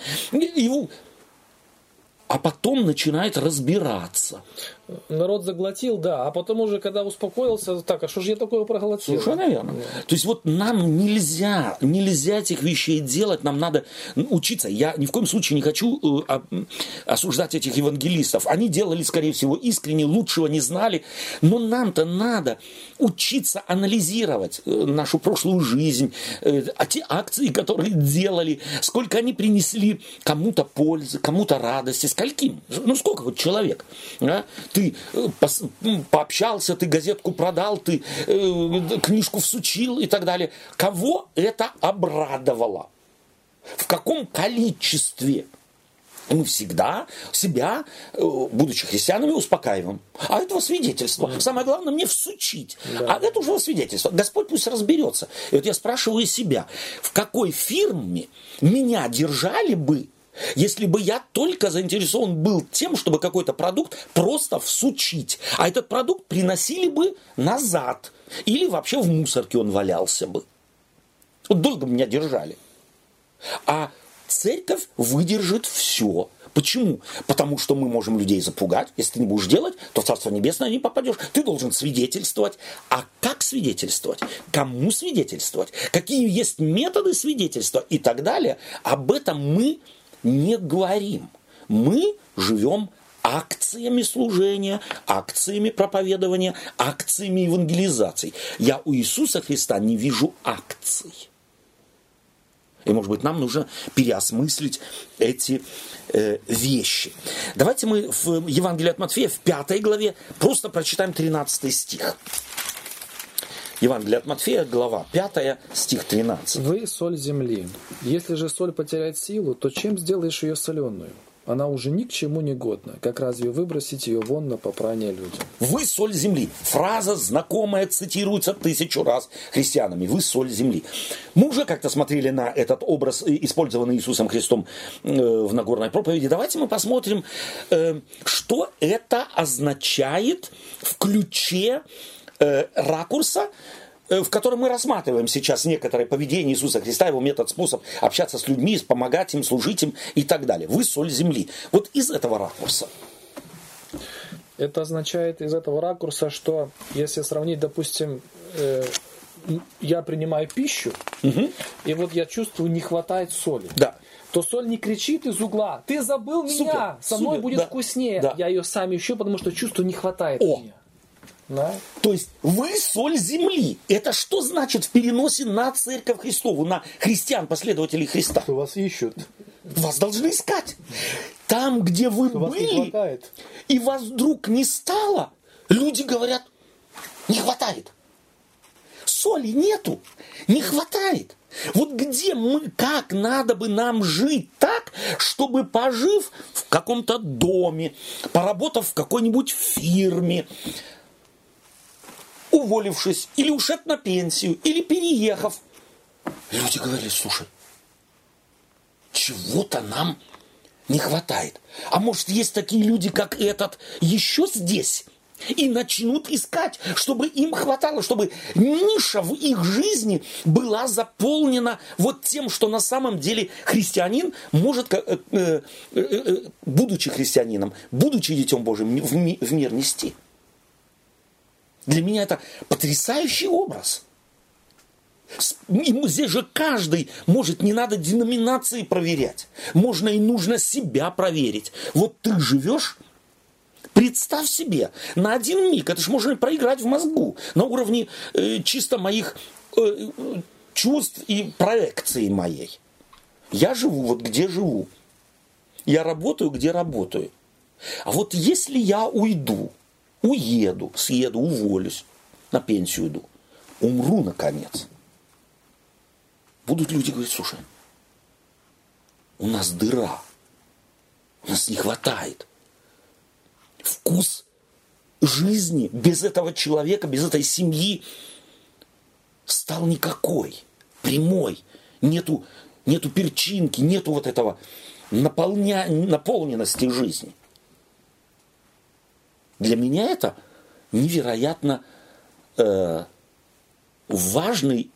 А потом начинает разбираться. Народ заглотил, да, а потом уже, когда успокоился, так, а что же я такое проглотил? Совершенно верно. То есть вот нам нельзя этих вещей делать, нам надо учиться. Я ни в коем случае не хочу осуждать этих евангелистов. Они делали, скорее всего, искренне, лучшего не знали, но нам-то надо учиться анализировать нашу прошлую жизнь, те акции, которые делали, сколько они принесли кому-то пользы, кому-то радости, скольким. Сколько вот человек, да? Ты пообщался, ты газетку продал, ты книжку всучил и так далее. Кого это обрадовало? В каком количестве? Мы всегда себя, будучи христианами, успокаиваем. А этого свидетельства. Самое главное мне всучить. Да. А это уже свидетельство. Господь пусть разберется. И вот я спрашиваю себя, в какой фирме меня держали бы, если бы я только заинтересован был тем, чтобы какой-то продукт просто всучить, а этот продукт приносили бы назад, или вообще в мусорке он валялся бы. Вот долго меня держали. А церковь выдержит все. Почему? Потому что мы можем людей запугать. Если ты не будешь делать, то в Царство Небесное не попадешь. Ты должен свидетельствовать. А как свидетельствовать? Кому свидетельствовать? Какие есть методы свидетельства и так далее? Об этом мы не говорим. Мы живем акциями служения, акциями проповедования, акциями евангелизации. Я у Иисуса Христа не вижу акций. И, может быть, нам нужно переосмыслить эти вещи. Давайте мы в Евангелии от Матфея, в 5 главе, просто прочитаем 13 стих. Евангелие от Матфея, глава 5, стих 13. «Вы соль земли. Если же соль потеряет силу, то чем сделаешь ее соленую? Она уже ни к чему не годна. Как разве выбросить ее вон на попрание людям?» Вы соль земли. Фраза знакомая, цитируется 1000 раз христианами. Вы соль земли. Мы уже как-то смотрели на этот образ, использованный Иисусом Христом в Нагорной проповеди. Давайте мы посмотрим, что это означает в ключе ракурса, в котором мы рассматриваем сейчас некоторое поведение Иисуса Христа, его метод, способ общаться с людьми, помогать им, служить им и так далее. Вы соль земли. Вот из этого ракурса. Это означает из этого ракурса, что если сравнить, допустим, я принимаю пищу, и вот я чувствую, не хватает соли. Да. То соль не кричит из угла: ты забыл меня, со мной супер, будет да, вкуснее. да. Я ее сам ищу, потому что чувствую, не хватает О! мне. Да? То есть вы соль земли. Это что значит в переносе на Церковь Христову, на христиан, последователей Христа? Что вас ищут. Вас должны искать. Там, где вы Что вас не были, хватает. и вас вдруг не стало, люди говорят: не хватает. Соли нету, не хватает. Вот где мы, как надо бы нам жить так, чтобы, пожив в каком-то доме, поработав в какой-нибудь фирме, уволившись, или ушед на пенсию, или переехав, люди говорили: слушай, чего-то нам не хватает. А может, есть такие люди, как этот, еще здесь, и начнут искать, чтобы им хватало, чтобы ниша в их жизни была заполнена вот тем, что на самом деле христианин может, будучи христианином, будучи Детем Божьим, в мир нести. Для меня это потрясающий образ. Здесь же каждый может, не надо деноминации проверять. Можно и нужно себя проверить. Вот ты живешь, представь себе, на один миг, это же можно проиграть в мозгу, на уровне чисто моих чувств и проекции моей. Я живу вот где живу. Я работаю, где работаю. А вот если я уйду, уеду, съеду, уволюсь, на пенсию иду, умру наконец, будут люди говорить: слушай, у нас дыра, у нас не хватает. Вкус жизни без этого человека, без этой семьи стал никакой, прямой. Нету перчинки, нету вот этого наполненности жизни. Для меня это невероятно важный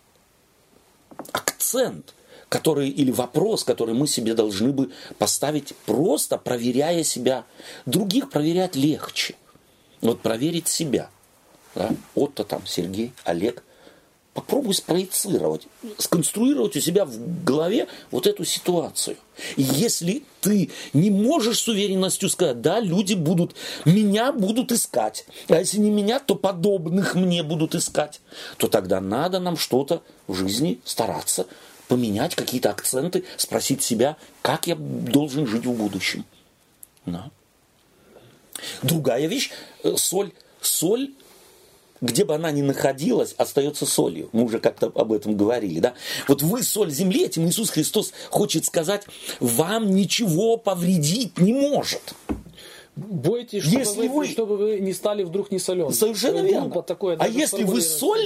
акцент, или вопрос, который мы себе должны бы поставить, просто проверяя себя. Других проверять легче. Вот проверить себя. Да? Отто, там, Сергей, Олег. Попробуй спроецировать, сконструировать у себя в голове вот эту ситуацию. И если ты не можешь с уверенностью сказать: да, люди меня будут искать, а если не меня, то подобных мне будут искать, то тогда надо нам что-то в жизни стараться поменять, какие-то акценты, спросить себя, как я должен жить в будущем. Да. Другая вещь, соль, где бы она ни находилась, остается солью. Мы уже как-то об этом говорили. Да? Вот вы соль земли, этим Иисус Христос хочет сказать: вам ничего повредить не может. Бойтесь, чтобы вы не стали вдруг не соленым. Совершенно верно. Такое, а если вы соль,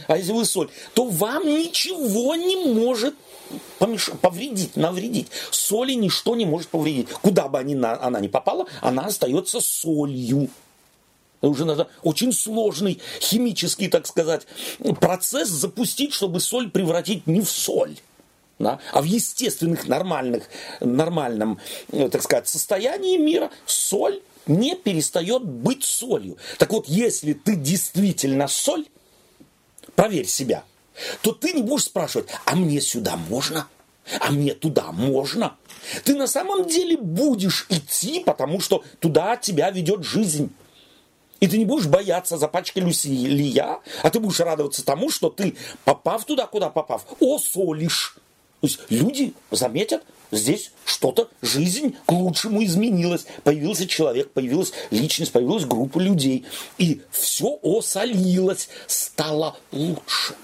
то вам ничего не может повредить, навредить. Соли ничто не может повредить. Куда бы она ни попала, она остается солью. Уже надо очень сложный химический, так сказать, процесс запустить, чтобы соль превратить не в соль, да, а в естественных, нормальном, так сказать, состоянии мира соль не перестает быть солью. Так вот, если ты действительно соль, проверь себя, то ты не будешь спрашивать: а мне сюда можно? А мне туда можно? Ты на самом деле будешь идти, потому что туда тебя ведет жизнь. И ты не будешь бояться, запачкаюсь ли я, а ты будешь радоваться тому, что ты, попав туда, куда попав, осолишь. То есть люди заметят, здесь что-то, жизнь к лучшему изменилась. Появился человек, появилась личность, появилась группа людей. И все осолилось, стало лучше.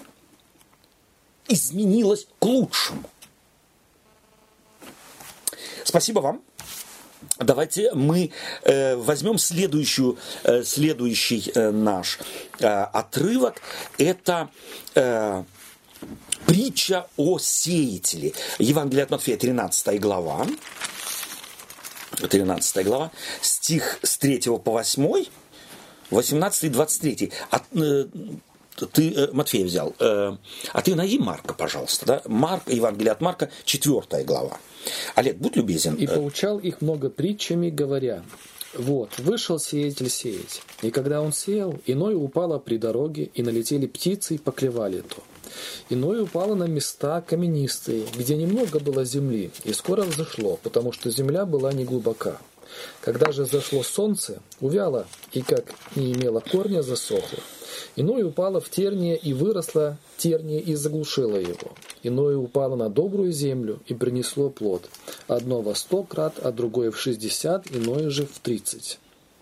Изменилось к лучшему. Спасибо вам. Давайте мы возьмем следующий наш отрывок. Это притча о сеятеле. Евангелие от Матфея, 13 глава. 13 глава, стих с 3 по 8, 18 и 23. Ты Матфея взял. А ты найди Марка, пожалуйста. Да? Евангелие от Марка, 4 глава. Олег, будь любезен. «И поучал их много притчами, говоря: Вот, вышел сеятель сеять. И когда он сеял, иное упало при дороге, и налетели птицы и поклевали то. Иное упало на места каменистые, где немного было земли, и скоро взошло, потому что земля была не глубока. Когда же зашло солнце, увяло, и как не имело корня, засохло. Иное упало в терние, и выросло терние, и заглушило его. Иное упало на добрую землю, и принесло плод. Одно во 100 крат, а другое в 60, иное же в 30.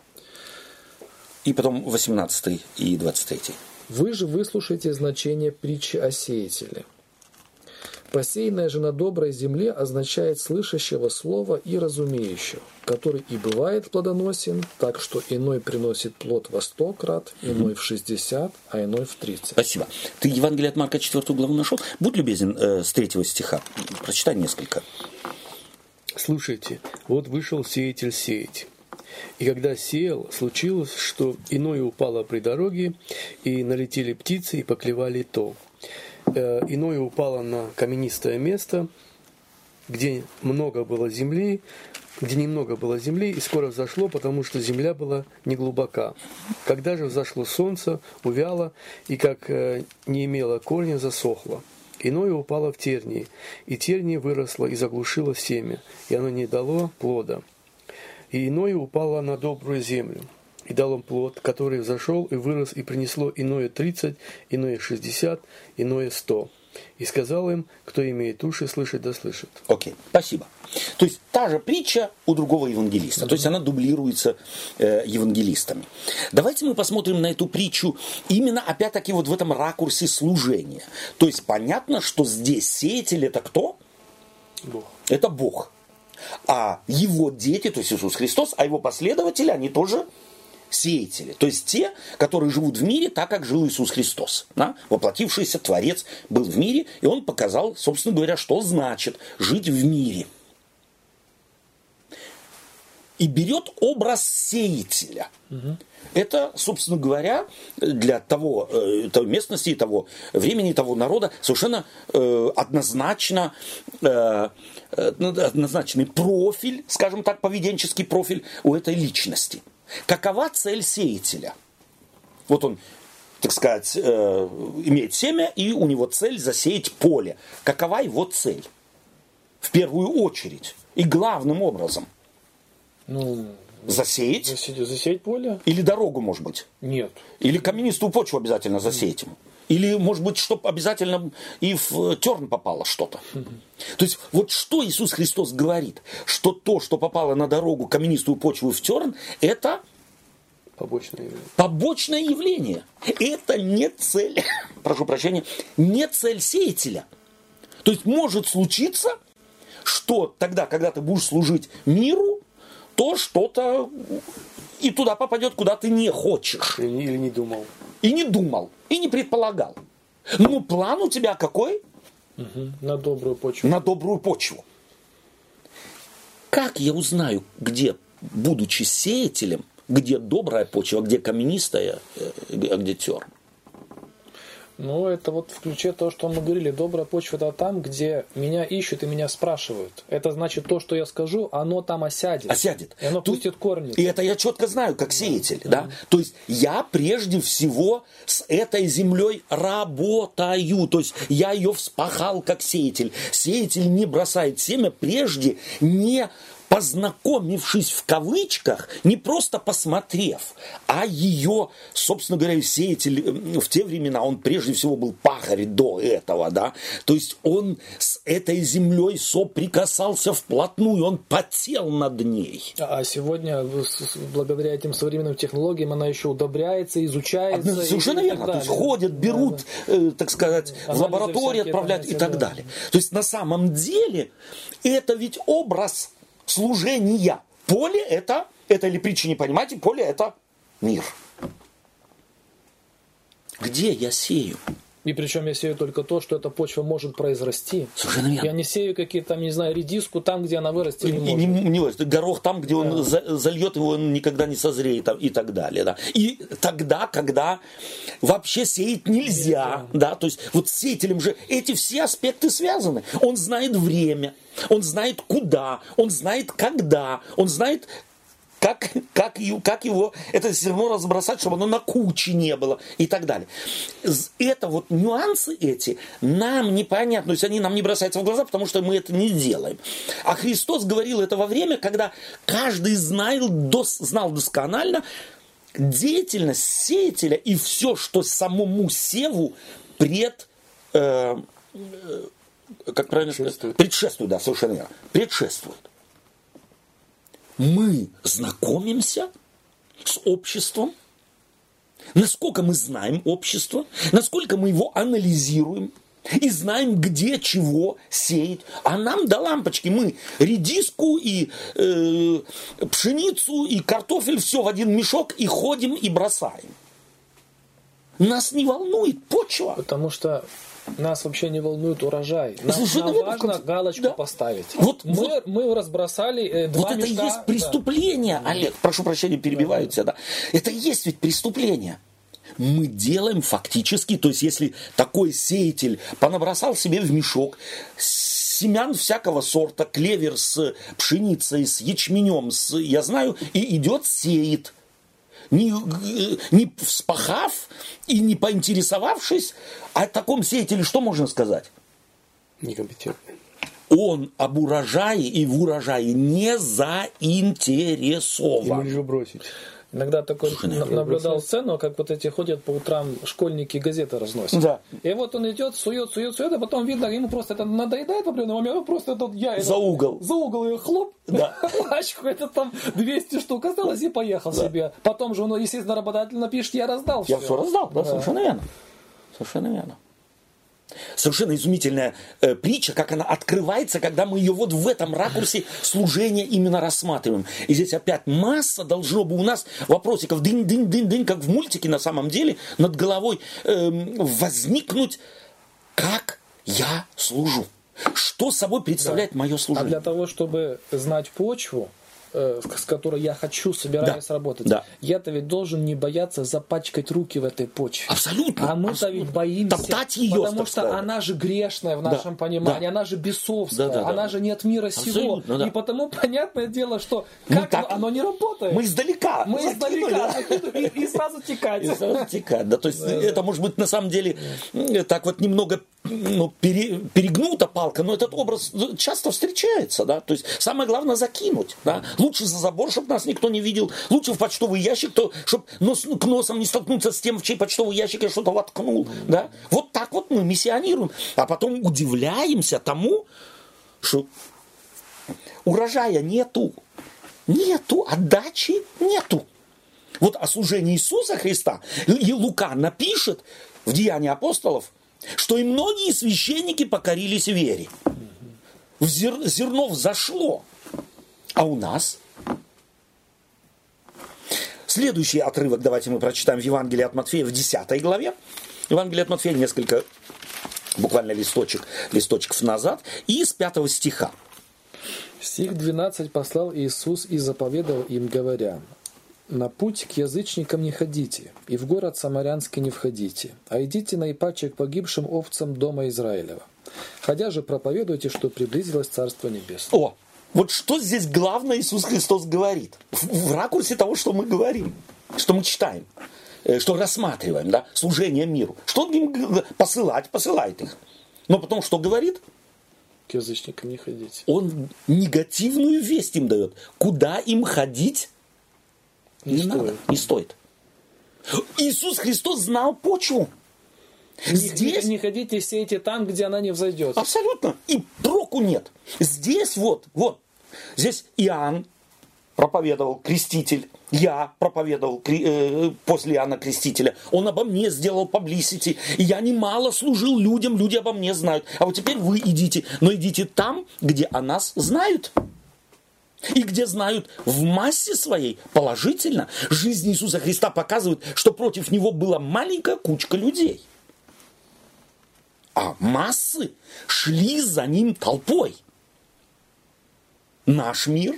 И потом 18 и 23. Вы же выслушайте значение притчи о сеятеле. Посеянное же на доброй земле означает слышащего слова и разумеющего, который и бывает плодоносен, так что иной приносит плод во 100 крат, иной в 60, а иной в 30. Спасибо. Ты Евангелие от Марка 4 главу нашел? Будь любезен, с 3 стиха. Прочитай несколько. Слушайте, вот вышел сеятель сеять. И когда сеял, случилось, что иное упало при дороге, и налетели птицы, и поклевали то. Иное упало на каменистое место, где немного было земли, и скоро взошло, потому что земля была неглубока. Когда же взошло солнце, увяло, и как не имело корня, засохло. Иное упало в тернии, и терние выросло и заглушило семя, и оно не дало плода. И иное упало на добрую землю, и дал он плод, который взошел и вырос, и принесло иное 30, иное 60, иное 100. И сказал им, кто имеет уши слышать, да слышит. Окей, спасибо. То есть та же притча у другого евангелиста. То есть она дублируется евангелистами. Давайте мы посмотрим на эту притчу именно опять-таки вот в этом ракурсе служения. То есть понятно, что здесь сеятель это кто? Бог. Это Бог. А его дети, то есть Иисус Христос, а его последователи, они тоже сеятели. То есть те, которые живут в мире так, как жил Иисус Христос. Да? Воплотившийся Творец был в мире, и он показал, собственно говоря, что значит жить в мире. И берет образ сеятеля. Это, собственно говоря, для той местности, того времени, того народа совершенно однозначный профиль, скажем так, поведенческий профиль у этой личности. Какова цель сеятеля? Вот он, так сказать, имеет семя, и у него цель засеять поле. Какова его цель? В первую очередь и главным образом. Засеять? Засеять поле? Или дорогу, может быть? Нет. Или каменистую почву обязательно засеять ему? Или, может быть, чтобы обязательно и в терн попало что-то? То есть, вот что Иисус Христос говорит? Что то, что попало на дорогу, каменистую почву и в терн, это побочное явление. Это не цель, прошу прощения, не цель сеятеля. То есть, может случиться, что тогда, когда ты будешь служить миру, то что-то и туда попадет, куда ты не хочешь. Или не думал. И не думал, и не предполагал. Ну, план у тебя какой? На добрую почву. На добрую почву. Как я узнаю, где, будучи сеятелем, где добрая почва, где каменистая, а где терн? Ну, это вот в ключе то, что мы говорили, добрая почва это там, где меня ищут и меня спрашивают. Это значит, то, что я скажу, оно там осядет. Осядет. И оно пустит корни. И это я четко знаю, как сеятель. Да? То есть я прежде всего с этой землей работаю. То есть я ее вспахал как сеятель. Сеятель не бросает семя прежде, не познакомившись в кавычках, не просто посмотрев, а ее, собственно говоря, сеятель в те времена, он прежде всего был пахарь до этого, да, то есть он с этой землей соприкасался вплотную, он потел над ней. А сегодня, благодаря этим современным технологиям, она еще удобряется, изучается. Совершенно верно, то есть ходят, берут, так сказать, в лаборатории отправляют и так далее. То есть на самом деле это ведь образ служения. Поле это или притча не понимаете, поле это мир. Где я сею? И причем я сею только то, что эта почва может произрасти. Совершенно верно. Я не сею какие-то, там, не знаю, редиску там, где она вырасти не может. Горох там, где он зальет его, он никогда не созреет и так далее. Да. И тогда, когда вообще сеять нельзя. Да, то есть вот с сеятелем же эти все аспекты связаны. Он знает время, он знает куда, он знает когда, он знает как его, это зерно разбросать, чтобы оно на куче не было и так далее. Это вот нюансы эти нам непонятны, то есть они нам не бросаются в глаза, потому что мы это не делаем. А Христос говорил это во время, когда каждый знал досконально деятельность сеятеля и все, что самому севу как правильно сказать? Предшествует, да, совершенно верно. Предшествует. Мы знакомимся с обществом, насколько мы знаем общество, насколько мы его анализируем и знаем, где чего сеять. А нам до лампочки мы редиску и пшеницу и картофель все в один мешок и ходим и бросаем. Нас не волнует почва. Потому что нас вообще не волнует урожай. Нам важно галочку поставить. Мы разбросали 2 вот мешка. Это и есть преступление, да. Олег, прошу прощения, перебиваю тебя. Да. Это и есть ведь преступление. Мы делаем фактически, то есть если такой сеятель понабросал себе в мешок семян всякого сорта, клевер с пшеницей, с ячменем, я знаю, и идет сеет. Не вспахав и не поинтересовавшись, о таком сеятеле что можно сказать? Некомпетентный. Он об урожае и в урожае не заинтересован. Ему лишь бросить. Иногда такой наблюдал сцену, как вот эти ходят по утрам школьники газеты разносят. Да. И вот он идет, сует, а потом видно, ему просто это надоедает в определенный момент, он просто за угол ее хлоп, пачку, это там 200 штук осталось и поехал себе. Потом же он, естественно, работодатель напишет, я раздал все. Я все раздал, да, совершенно верно. Совершенно верно. Совершенно изумительная притча, как она открывается, когда мы ее вот в этом ракурсе служения именно рассматриваем. И здесь опять масса должно бы у нас вопросиков дынь-дынь-дынь-дынь, как в мультике на самом деле, над головой возникнуть, как я служу. Что собой представляет мое служение. А для того, чтобы знать почву, с которой я собираюсь работать, я-то ведь должен не бояться запачкать руки в этой почве. Абсолютно. А мы-то ведь боимся. Топтать ее, потому что она же грешная в нашем понимании, она же бесовская, она же не от мира сего. И потому понятное дело, что оно не работает. Мы издалека. И сразу текать. Да, то есть это может быть на самом деле так вот немного перегнута палка, но этот образ часто встречается, да, то есть самое главное закинуть, да, лучше за забор, чтобы нас никто не видел, лучше в почтовый ящик, чтобы к носом не столкнуться с тем, в чей почтовый ящик я что-то воткнул, да, вот так вот мы миссионируем, а потом удивляемся тому, что урожая нету, отдачи нету. Вот о служении Иисуса Христа и Лука напишет в Деянии апостолов, что и многие священники покорились вере. Зерно взошло. А у нас? Следующий отрывок давайте мы прочитаем в Евангелии от Матфея в 10 главе. Евангелие от Матфея несколько, буквально листочков назад. И с 5 стиха. Стих 12 послал Иисус и заповедовал им, говоря: «На путь к язычникам не ходите, и в город Самарянский не входите, а идите наипаче к погибшим овцам дома Израилева. Ходя же проповедуйте, что приблизилось Царство Небесное». О, вот что здесь главное Иисус Христос говорит. В ракурсе того, что мы говорим, что мы читаем, что рассматриваем, да, служение миру. Что он им посылает их. Но потом что говорит? К язычникам не ходите. Он негативную весть им дает. Куда им ходить? Не стоит. Иисус Христос знал почву. Здесь не ходите, сейте там, где она не взойдет. Абсолютно. И проку нет. Здесь здесь Иоанн проповедовал, креститель. Я проповедовал после Иоанна Крестителя. Он обо мне сделал publicity. И я немало служил людям, люди обо мне знают. А вот теперь вы идите. Но идите там, где о нас знают. И где знают в массе своей положительно. Жизнь Иисуса Христа показывает, что против него была маленькая кучка людей. А массы шли за ним толпой. Наш мир.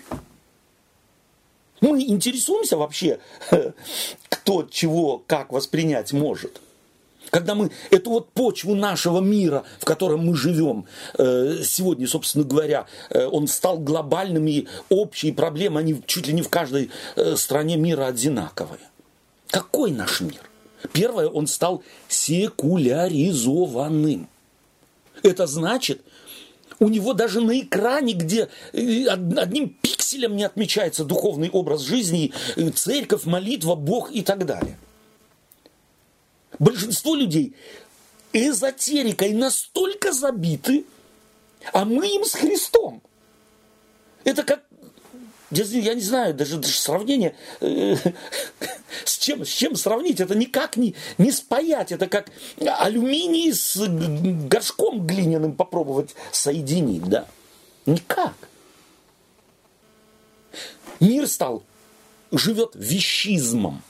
Мы интересуемся вообще, кто чего, как воспринять может. Когда мы эту вот почву нашего мира, в котором мы живем, сегодня, собственно говоря, он стал глобальным, и общие проблемы, они чуть ли не в каждой стране мира одинаковые. Какой наш мир? Первое, он стал секуляризованным. Это значит, у него даже на экране, где одним пикселем не отмечается духовный образ жизни, церковь, молитва, Бог и так далее. Большинство людей эзотерикой настолько забиты, а мы им с Христом. Это как, я не знаю, даже сравнение, с чем сравнить, это никак не спаять, это как алюминий с горшком глиняным попробовать соединить, да? Никак. Мир живет вещизмом.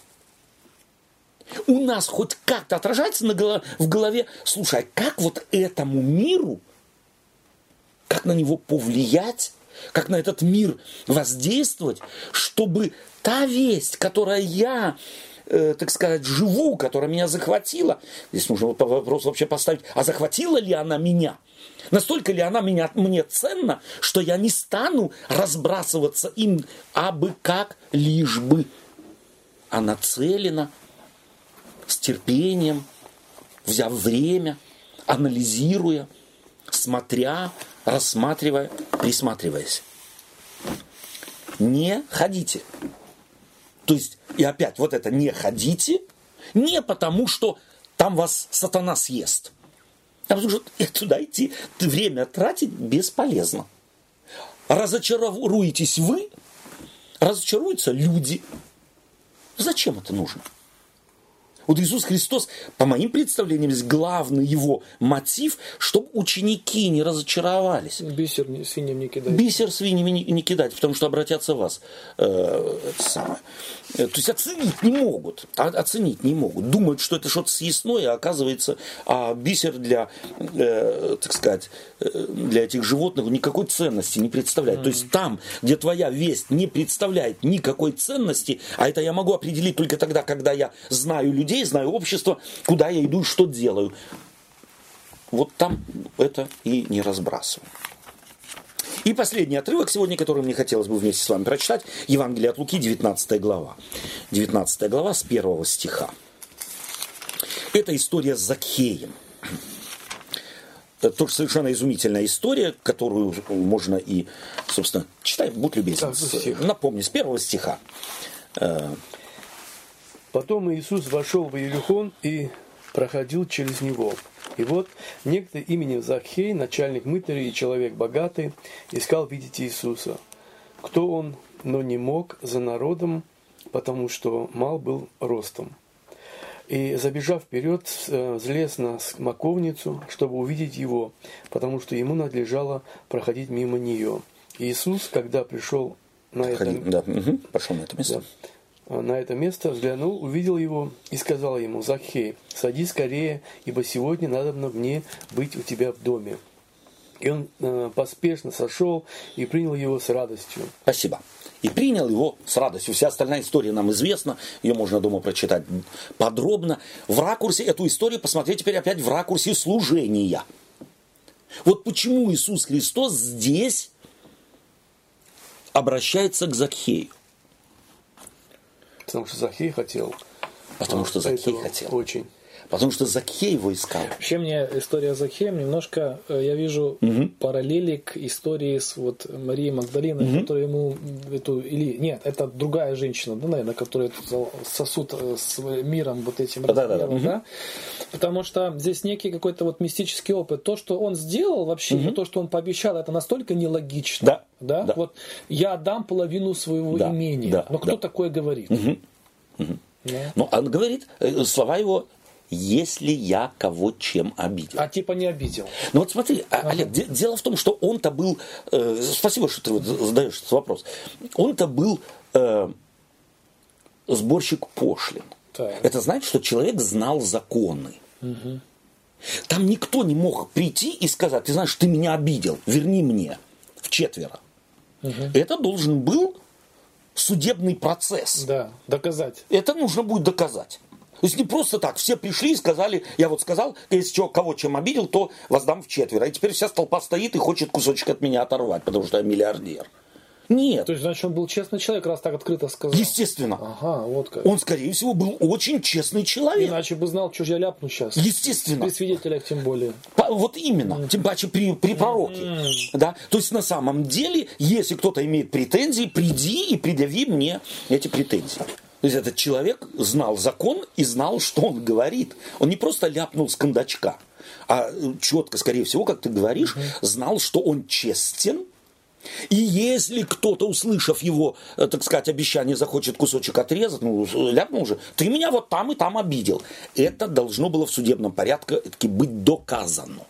У нас хоть как-то отражается в голове, слушай, а как вот этому миру, как на него повлиять, как на этот мир воздействовать, чтобы та весть, которая я, так сказать, живу, которая меня захватила, здесь нужно вопрос вообще поставить, а захватила ли она меня? Настолько ли она мне ценна, что я не стану разбрасываться им абы как, лишь бы, а нацелена, с терпением, взяв время, анализируя, смотря, рассматривая, присматриваясь. Не ходите. То есть, и опять, вот это не ходите, не потому, что там вас сатана съест, а потому что туда идти, время тратить бесполезно. Разочаруетесь вы, разочаруются люди. Зачем это нужно? Вот Иисус Христос, по моим представлениям, главный его мотив, чтобы ученики не разочаровались. Бисер свиньям не кидать. Бисер свиньям не кидать, потому что обратятся в вас. То есть оценить не могут. Думают, что это что-то съестное, а оказывается, бисер для, так сказать, для этих животных никакой ценности не представляет. То есть там, где твоя весть не представляет никакой ценности, а это я могу определить только тогда, когда я знаю людей, знаю общество, куда я иду и что делаю. Вот там это и не разбрасываю. И последний отрывок сегодня, который мне хотелось бы вместе с вами прочитать. Евангелие от Луки, 19 глава. 19 глава с 1 стиха. Это история с Закхеем. Это тоже совершенно изумительная история, которую можно и, собственно, читай, будь любезен. Напомни, с 1 стиха. Потом Иисус вошел в Иерихон и проходил через него. И вот некто именем Закхей, начальник мытарей и человек богатый, искал видеть Иисуса. Кто он, но не мог за народом, потому что мал был ростом. И, забежав вперед, взлез на смоковницу, чтобы увидеть его, потому что ему надлежало проходить мимо нее. Иисус, когда пришел на пошел на это место. На это место взглянул, увидел его и сказал ему: «Закхей, садись скорее, ибо сегодня надобно мне быть у тебя в доме». И он поспешно сошел и принял его с радостью. Спасибо. И принял его с радостью. Вся остальная история нам известна. Ее можно дома прочитать подробно. В ракурсе эту историю посмотреть теперь опять в ракурсе служения. Вот почему Иисус Христос здесь обращается к Закхею. Потому что Закхей хотел. Потому что Закхей хотел. Очень. Потому что Закхей его искал. Вообще мне история с Закхеем немножко, я вижу параллели к истории с вот Марией Магдалиной, которая ему нет, это другая женщина, да, наверное, которая сосуд с миром вот этим размером, да? Потому что здесь некий какой-то вот мистический опыт. То, что он сделал вообще, и то, что он пообещал, это настолько нелогично. Да? Вот я отдам половину своего имения. Но кто такое говорит? Да? Ну, он говорит, слова его: если я кого чем обидел. А типа не обидел. Ну вот смотри, Олег, дело в том, что он-то был, спасибо, что ты вот задаешь этот вопрос, он-то был сборщик пошлин. Так. Это значит, что человек знал законы. Там никто не мог прийти и сказать: ты знаешь, ты меня обидел, верни мне вчетверо. Это должен был судебный процесс. Да, доказать. Это нужно будет доказать. То есть не просто так, все пришли и сказали, я вот сказал, если кого чем обидел, то воздам вчетверо. И теперь вся толпа стоит и хочет кусочек от меня оторвать, потому что я миллиардер. Нет. То есть, значит, он был честный человек, раз так открыто сказал. Естественно. Ага, вот как. Он, скорее всего, был очень честный человек. Иначе бы знал, что же я ляпну сейчас. Естественно. При свидетелях тем более. Вот именно. Тем паче при пророке. Да? То есть, на самом деле, если кто-то имеет претензии, приди и предъяви мне эти претензии. То есть, этот человек знал закон и знал, что он говорит. Он не просто ляпнул с кондачка, а четко, скорее всего, как ты говоришь, знал, что он честен. И если кто-то, услышав его, так сказать, обещание, захочет кусочек отрезать, ну, ляпнул уже, ты меня вот там и там обидел. Это должно было в судебном порядке таки быть доказано.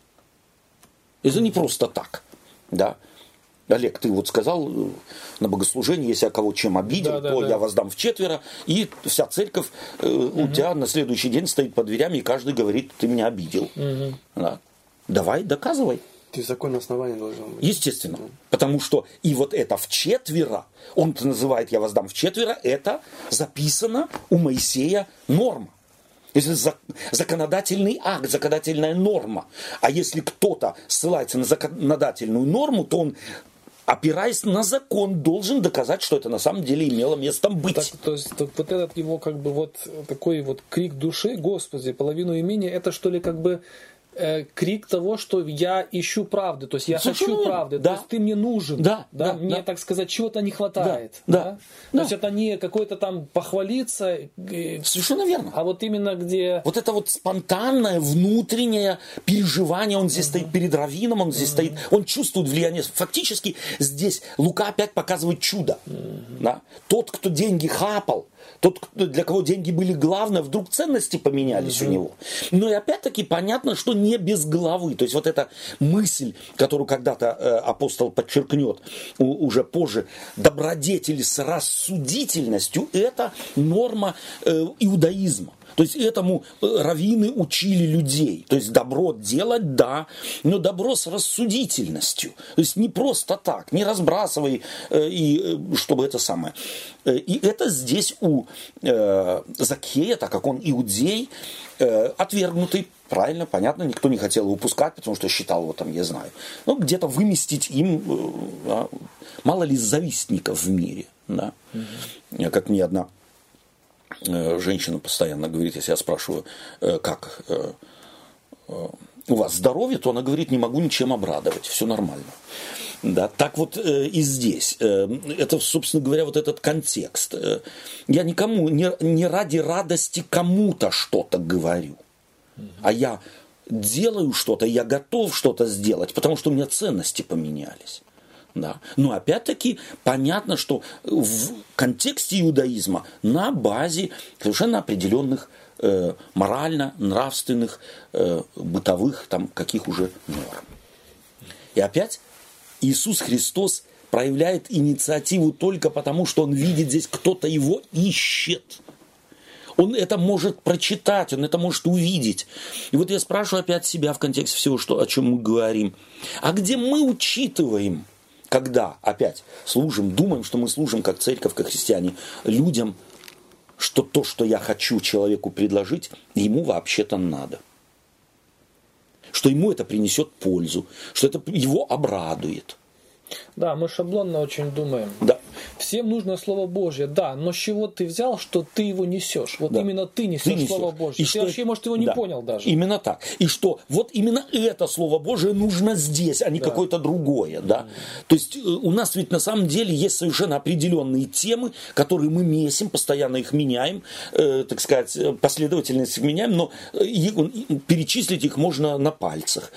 Это не просто так. Да? Олег, ты вот сказал на богослужении, если я кого чем обидел, то я воздам вчетверо. И вся церковь у тебя на следующий день стоит под дверями, и каждый говорит, ты меня обидел. Да. Давай, доказывай. То есть законное основание должно быть. Естественно. Потому что и вот это вчетверо, он-то называет «я воздам вчетверо», это записано у Моисея норма. Это законодательный акт, законодательная норма. А если кто-то ссылается на законодательную норму, то он, опираясь на закон, должен доказать, что это на самом деле имело место быть. Так, то есть вот этот его как бы вот такой вот крик души, Господи, половину имени, это что ли как бы крик того, что я ищу правды, то есть я хочу правды, то есть ты мне нужен, мне, так сказать, чего-то не хватает. То есть это не какой-то там похвалиться. Совершенно верно. А вот именно где... Вот это вот спонтанное, внутреннее переживание, он здесь стоит перед раввином, он здесь стоит, он чувствует влияние. Фактически здесь Лука опять показывает чудо. Да? Тот, кто деньги хапал, тот, для кого деньги были главное, вдруг ценности поменялись у него. Но и опять-таки понятно, что не без головы. То есть вот эта мысль, которую когда-то апостол подчеркнет уже позже, добродетели с рассудительностью, это норма иудаизма. То есть этому раввины учили людей. То есть добро делать, да, но добро с рассудительностью. То есть не просто так, не разбрасывай, и чтобы это самое. И это здесь у Закхея, так как он иудей, отвергнутый, правильно, понятно, никто не хотел его пускать, потому что считал его там, я знаю. Ну, где-то выместить им, мало ли завистников в мире. Да? Как мне одна женщина постоянно говорит, если я спрашиваю, как у вас здоровье, то она говорит, не могу ничем обрадовать, все нормально. Да, так вот и здесь. Это, собственно говоря, вот этот контекст. Я никому, не ради радости кому-то что-то говорю, а я делаю что-то, я готов что-то сделать, потому что у меня ценности поменялись. Да. Но опять-таки понятно, что в контексте иудаизма на базе совершенно определенных морально-нравственных, бытовых, там, каких уже норм. И опять Иисус Христос проявляет инициативу только потому, что Он видит здесь, кто-то его ищет. Он это может прочитать, он это может увидеть. И вот я спрашиваю опять себя в контексте всего, о чем мы говорим. А где мы учитываем, когда опять служим, думаем, что мы служим как церковь, как христиане, людям, что то, что я хочу человеку предложить, ему вообще-то надо. Что ему это принесет пользу, что это его обрадует. Да, мы шаблонно очень думаем. Да. Всем нужно Слово Божье, да, но с чего ты взял, что ты его несешь? Вот именно ты несешь Слово Божье. И ты вообще, может, его не понял даже. Именно так. И что вот именно это Слово Божие нужно здесь, а не какое-то другое. Да? То есть у нас ведь на самом деле есть совершенно определенные темы, которые мы месим, постоянно их меняем, так сказать, последовательность их меняем, но перечислить их можно на пальцах.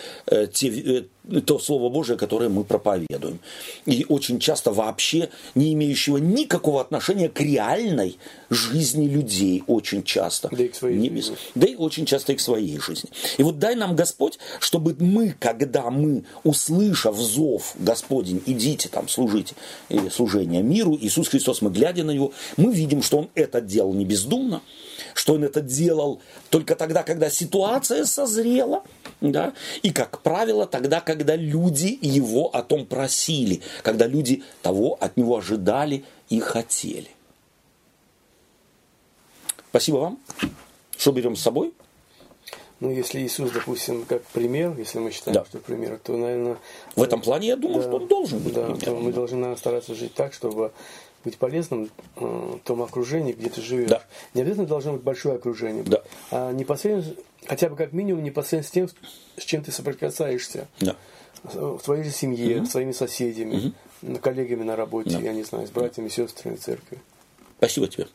То Слово Божие, которое мы проповедуем. И очень часто вообще не имеющего никакого отношения к реальной жизни людей. Очень часто. Да и к своей жизни. Да и очень часто и к своей жизни. И вот дай нам Господь, чтобы мы, когда мы, услышав зов Господень, идите там, служите, или служение миру, Иисус Христос, мы глядя на Него, мы видим, что Он это делал не бездумно, что Он это делал только тогда, когда ситуация созрела, да? И, как правило, тогда, когда люди Его о том просили, когда люди того от Него ожидали и хотели. Спасибо вам. Что берем с собой? Ну, если Иисус, допустим, как пример, если мы считаем, что пример, то, наверное... В этом плане я думаю, что он должен быть примером. То мы должны, наверное, стараться жить так, чтобы быть полезным в том окружении, где ты живешь. Да. Не обязательно должно быть большое окружение, да. а непосредственно, хотя бы как минимум непосредственно с тем, с чем ты соприкасаешься. Да. В твоей же семье, с своими соседями, коллегами на работе, я не знаю, с братьями, сестрами в церкви. Спасибо тебе.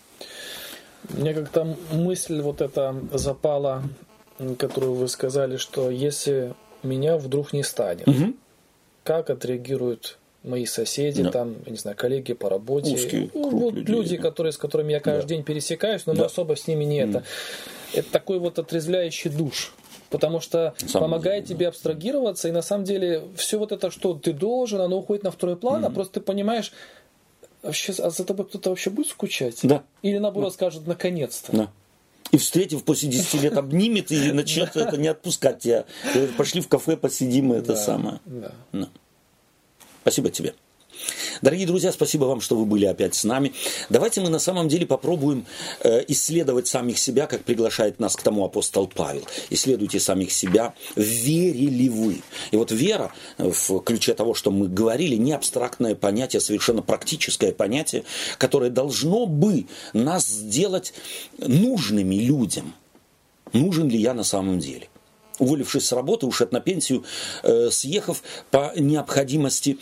Мне как-то мысль вот эта запала, которую вы сказали, что если меня вдруг не станет, как отреагируют мои соседи, там, я не знаю, коллеги по работе, узкий вот люди, людей. с которыми я каждый день пересекаюсь, но особо с ними не это. Это такой вот отрезвляющий душ. Потому что помогает тебе абстрагироваться, и на самом деле все вот это, что ты должен, оно уходит на второй план, а просто ты понимаешь, вообще, а за тобой кто-то вообще будет скучать? Да. Или наоборот скажет, наконец-то. Да. И встретив после 10 лет обнимет и начнет это не отпускать тебя. Пошли в кафе, посидим, и это самое. Да. Спасибо тебе. Дорогие друзья, спасибо вам, что вы были опять с нами. Давайте мы на самом деле попробуем исследовать самих себя, как приглашает нас к тому апостол Павел. Исследуйте самих себя, верили вы. И вот вера, в ключе того, что мы говорили, не абстрактное понятие, совершенно практическое понятие, которое должно бы нас сделать нужными людям. Нужен ли я на самом деле? Уволившись с работы, ушед на пенсию, съехав по необходимости.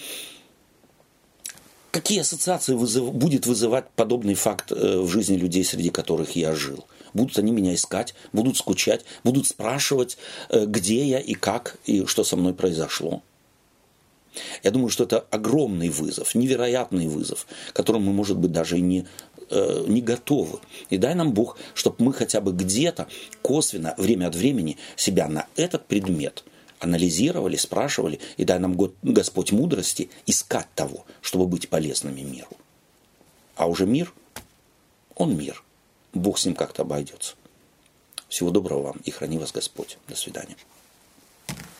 Какие ассоциации будет вызывать подобный факт в жизни людей, среди которых я жил? Будут они меня искать, будут скучать, будут спрашивать, где я и как, и что со мной произошло? Я думаю, что это огромный вызов, невероятный вызов, к которому мы, может быть, даже и не готовы. И дай нам Бог, чтобы мы хотя бы где-то косвенно, время от времени, себя на этот предмет анализировали, спрашивали, и дай нам Господь мудрости искать того, чтобы быть полезными миру. А уже мир, он мир. Бог с ним как-то обойдется. Всего доброго вам и храни вас Господь. До свидания.